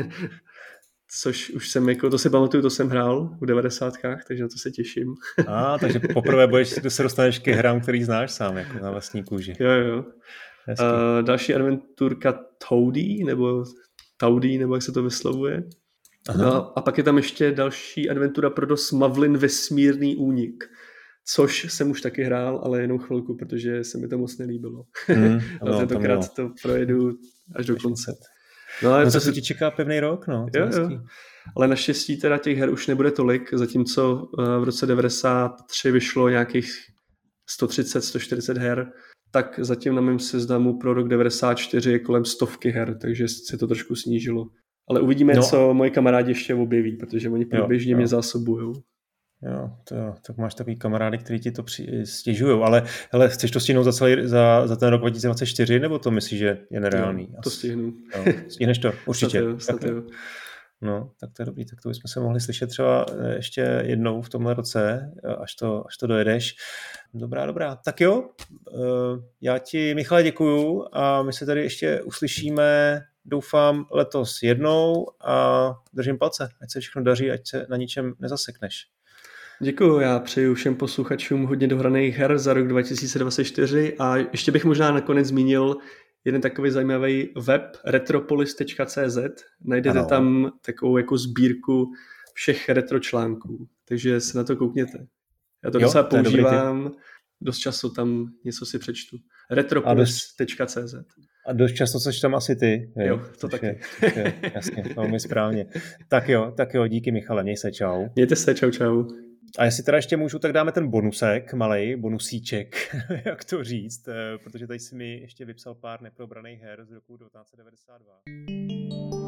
Speaker 2: Což už jsem, jako, to si pamatuju, to jsem hrál v devadesátkách, takže na to se těším.
Speaker 1: A, takže poprvé budeš, se dostaneš k hrám, který znáš sám, jako na vlastní kůži.
Speaker 2: Jo, jo. Uh, další adventurka Toady, nebo Taudy, nebo jak se to vyslovuje. No, a pak je tam ještě další adventura pro DOS Mavlin Vesmírný únik, což jsem už taky hrál, ale jenom chvilku, protože se mi to moc nelíbilo. Mm, ale tentokrát to projedu až do konce.
Speaker 1: No, ale no co se ti čeká pevný rok, no.
Speaker 2: Jo, jo. Ale naštěstí teda těch her už nebude tolik, zatímco v roce devadesát tři vyšlo nějakých sto třicet sto čtyřicet her, tak zatím na mém seznamu pro rok devadesát čtyři je kolem stovky her, takže se to trošku snížilo. Ale uvidíme, no. co moji kamarádi ještě objeví, protože oni průběžně mě zásobujou.
Speaker 1: Jo, to jo, tak máš takový kamarády, kteří ti to při, stěžujou, ale hele, chceš to stihnout za, celý, za, za ten rok dva tisíce dvacet čtyři, nebo to myslíš, že je nereálný?
Speaker 2: Jo, to stihnu.
Speaker 1: Jo, stihneš to? Určitě.
Speaker 2: Snad jo, snad jo.
Speaker 1: No, tak to je dobrý, tak to bychom se mohli slyšet třeba ještě jednou v tomhle roce, až to, až to dojedeš. Dobrá, dobrá. Tak jo, já ti, Michale, děkuju a my se tady ještě uslyšíme, doufám, letos jednou a držím palce, ať se všechno daří, ať se na ničem nezasekneš.
Speaker 2: Děkuju, já přeju všem posluchačům hodně dohraných her za rok dva tisíce dvacet čtyři a ještě bych možná nakonec zmínil jeden takový zajímavý web retropolis tečka cé zet. Najdete ano. tam takovou jako sbírku všech retro článků, takže se na to koukněte. Já to jo, docela používám, dost často tam něco si přečtu. retropolis tečka cé zet.
Speaker 1: A dost často seš tam asi ty.
Speaker 2: Jo, jo to taky.
Speaker 1: Je, je, jasně, velmi správně. Tak jo, tak jo, díky Michale, měj se, čau.
Speaker 2: Mějte se, čau, čau.
Speaker 1: A jestli teda ještě můžu, tak dáme ten bonusek, malej bonusíček, jak to říct, protože tady si mi ještě vypsal pár neprobraných her z roku devatenáct set devadesát dva.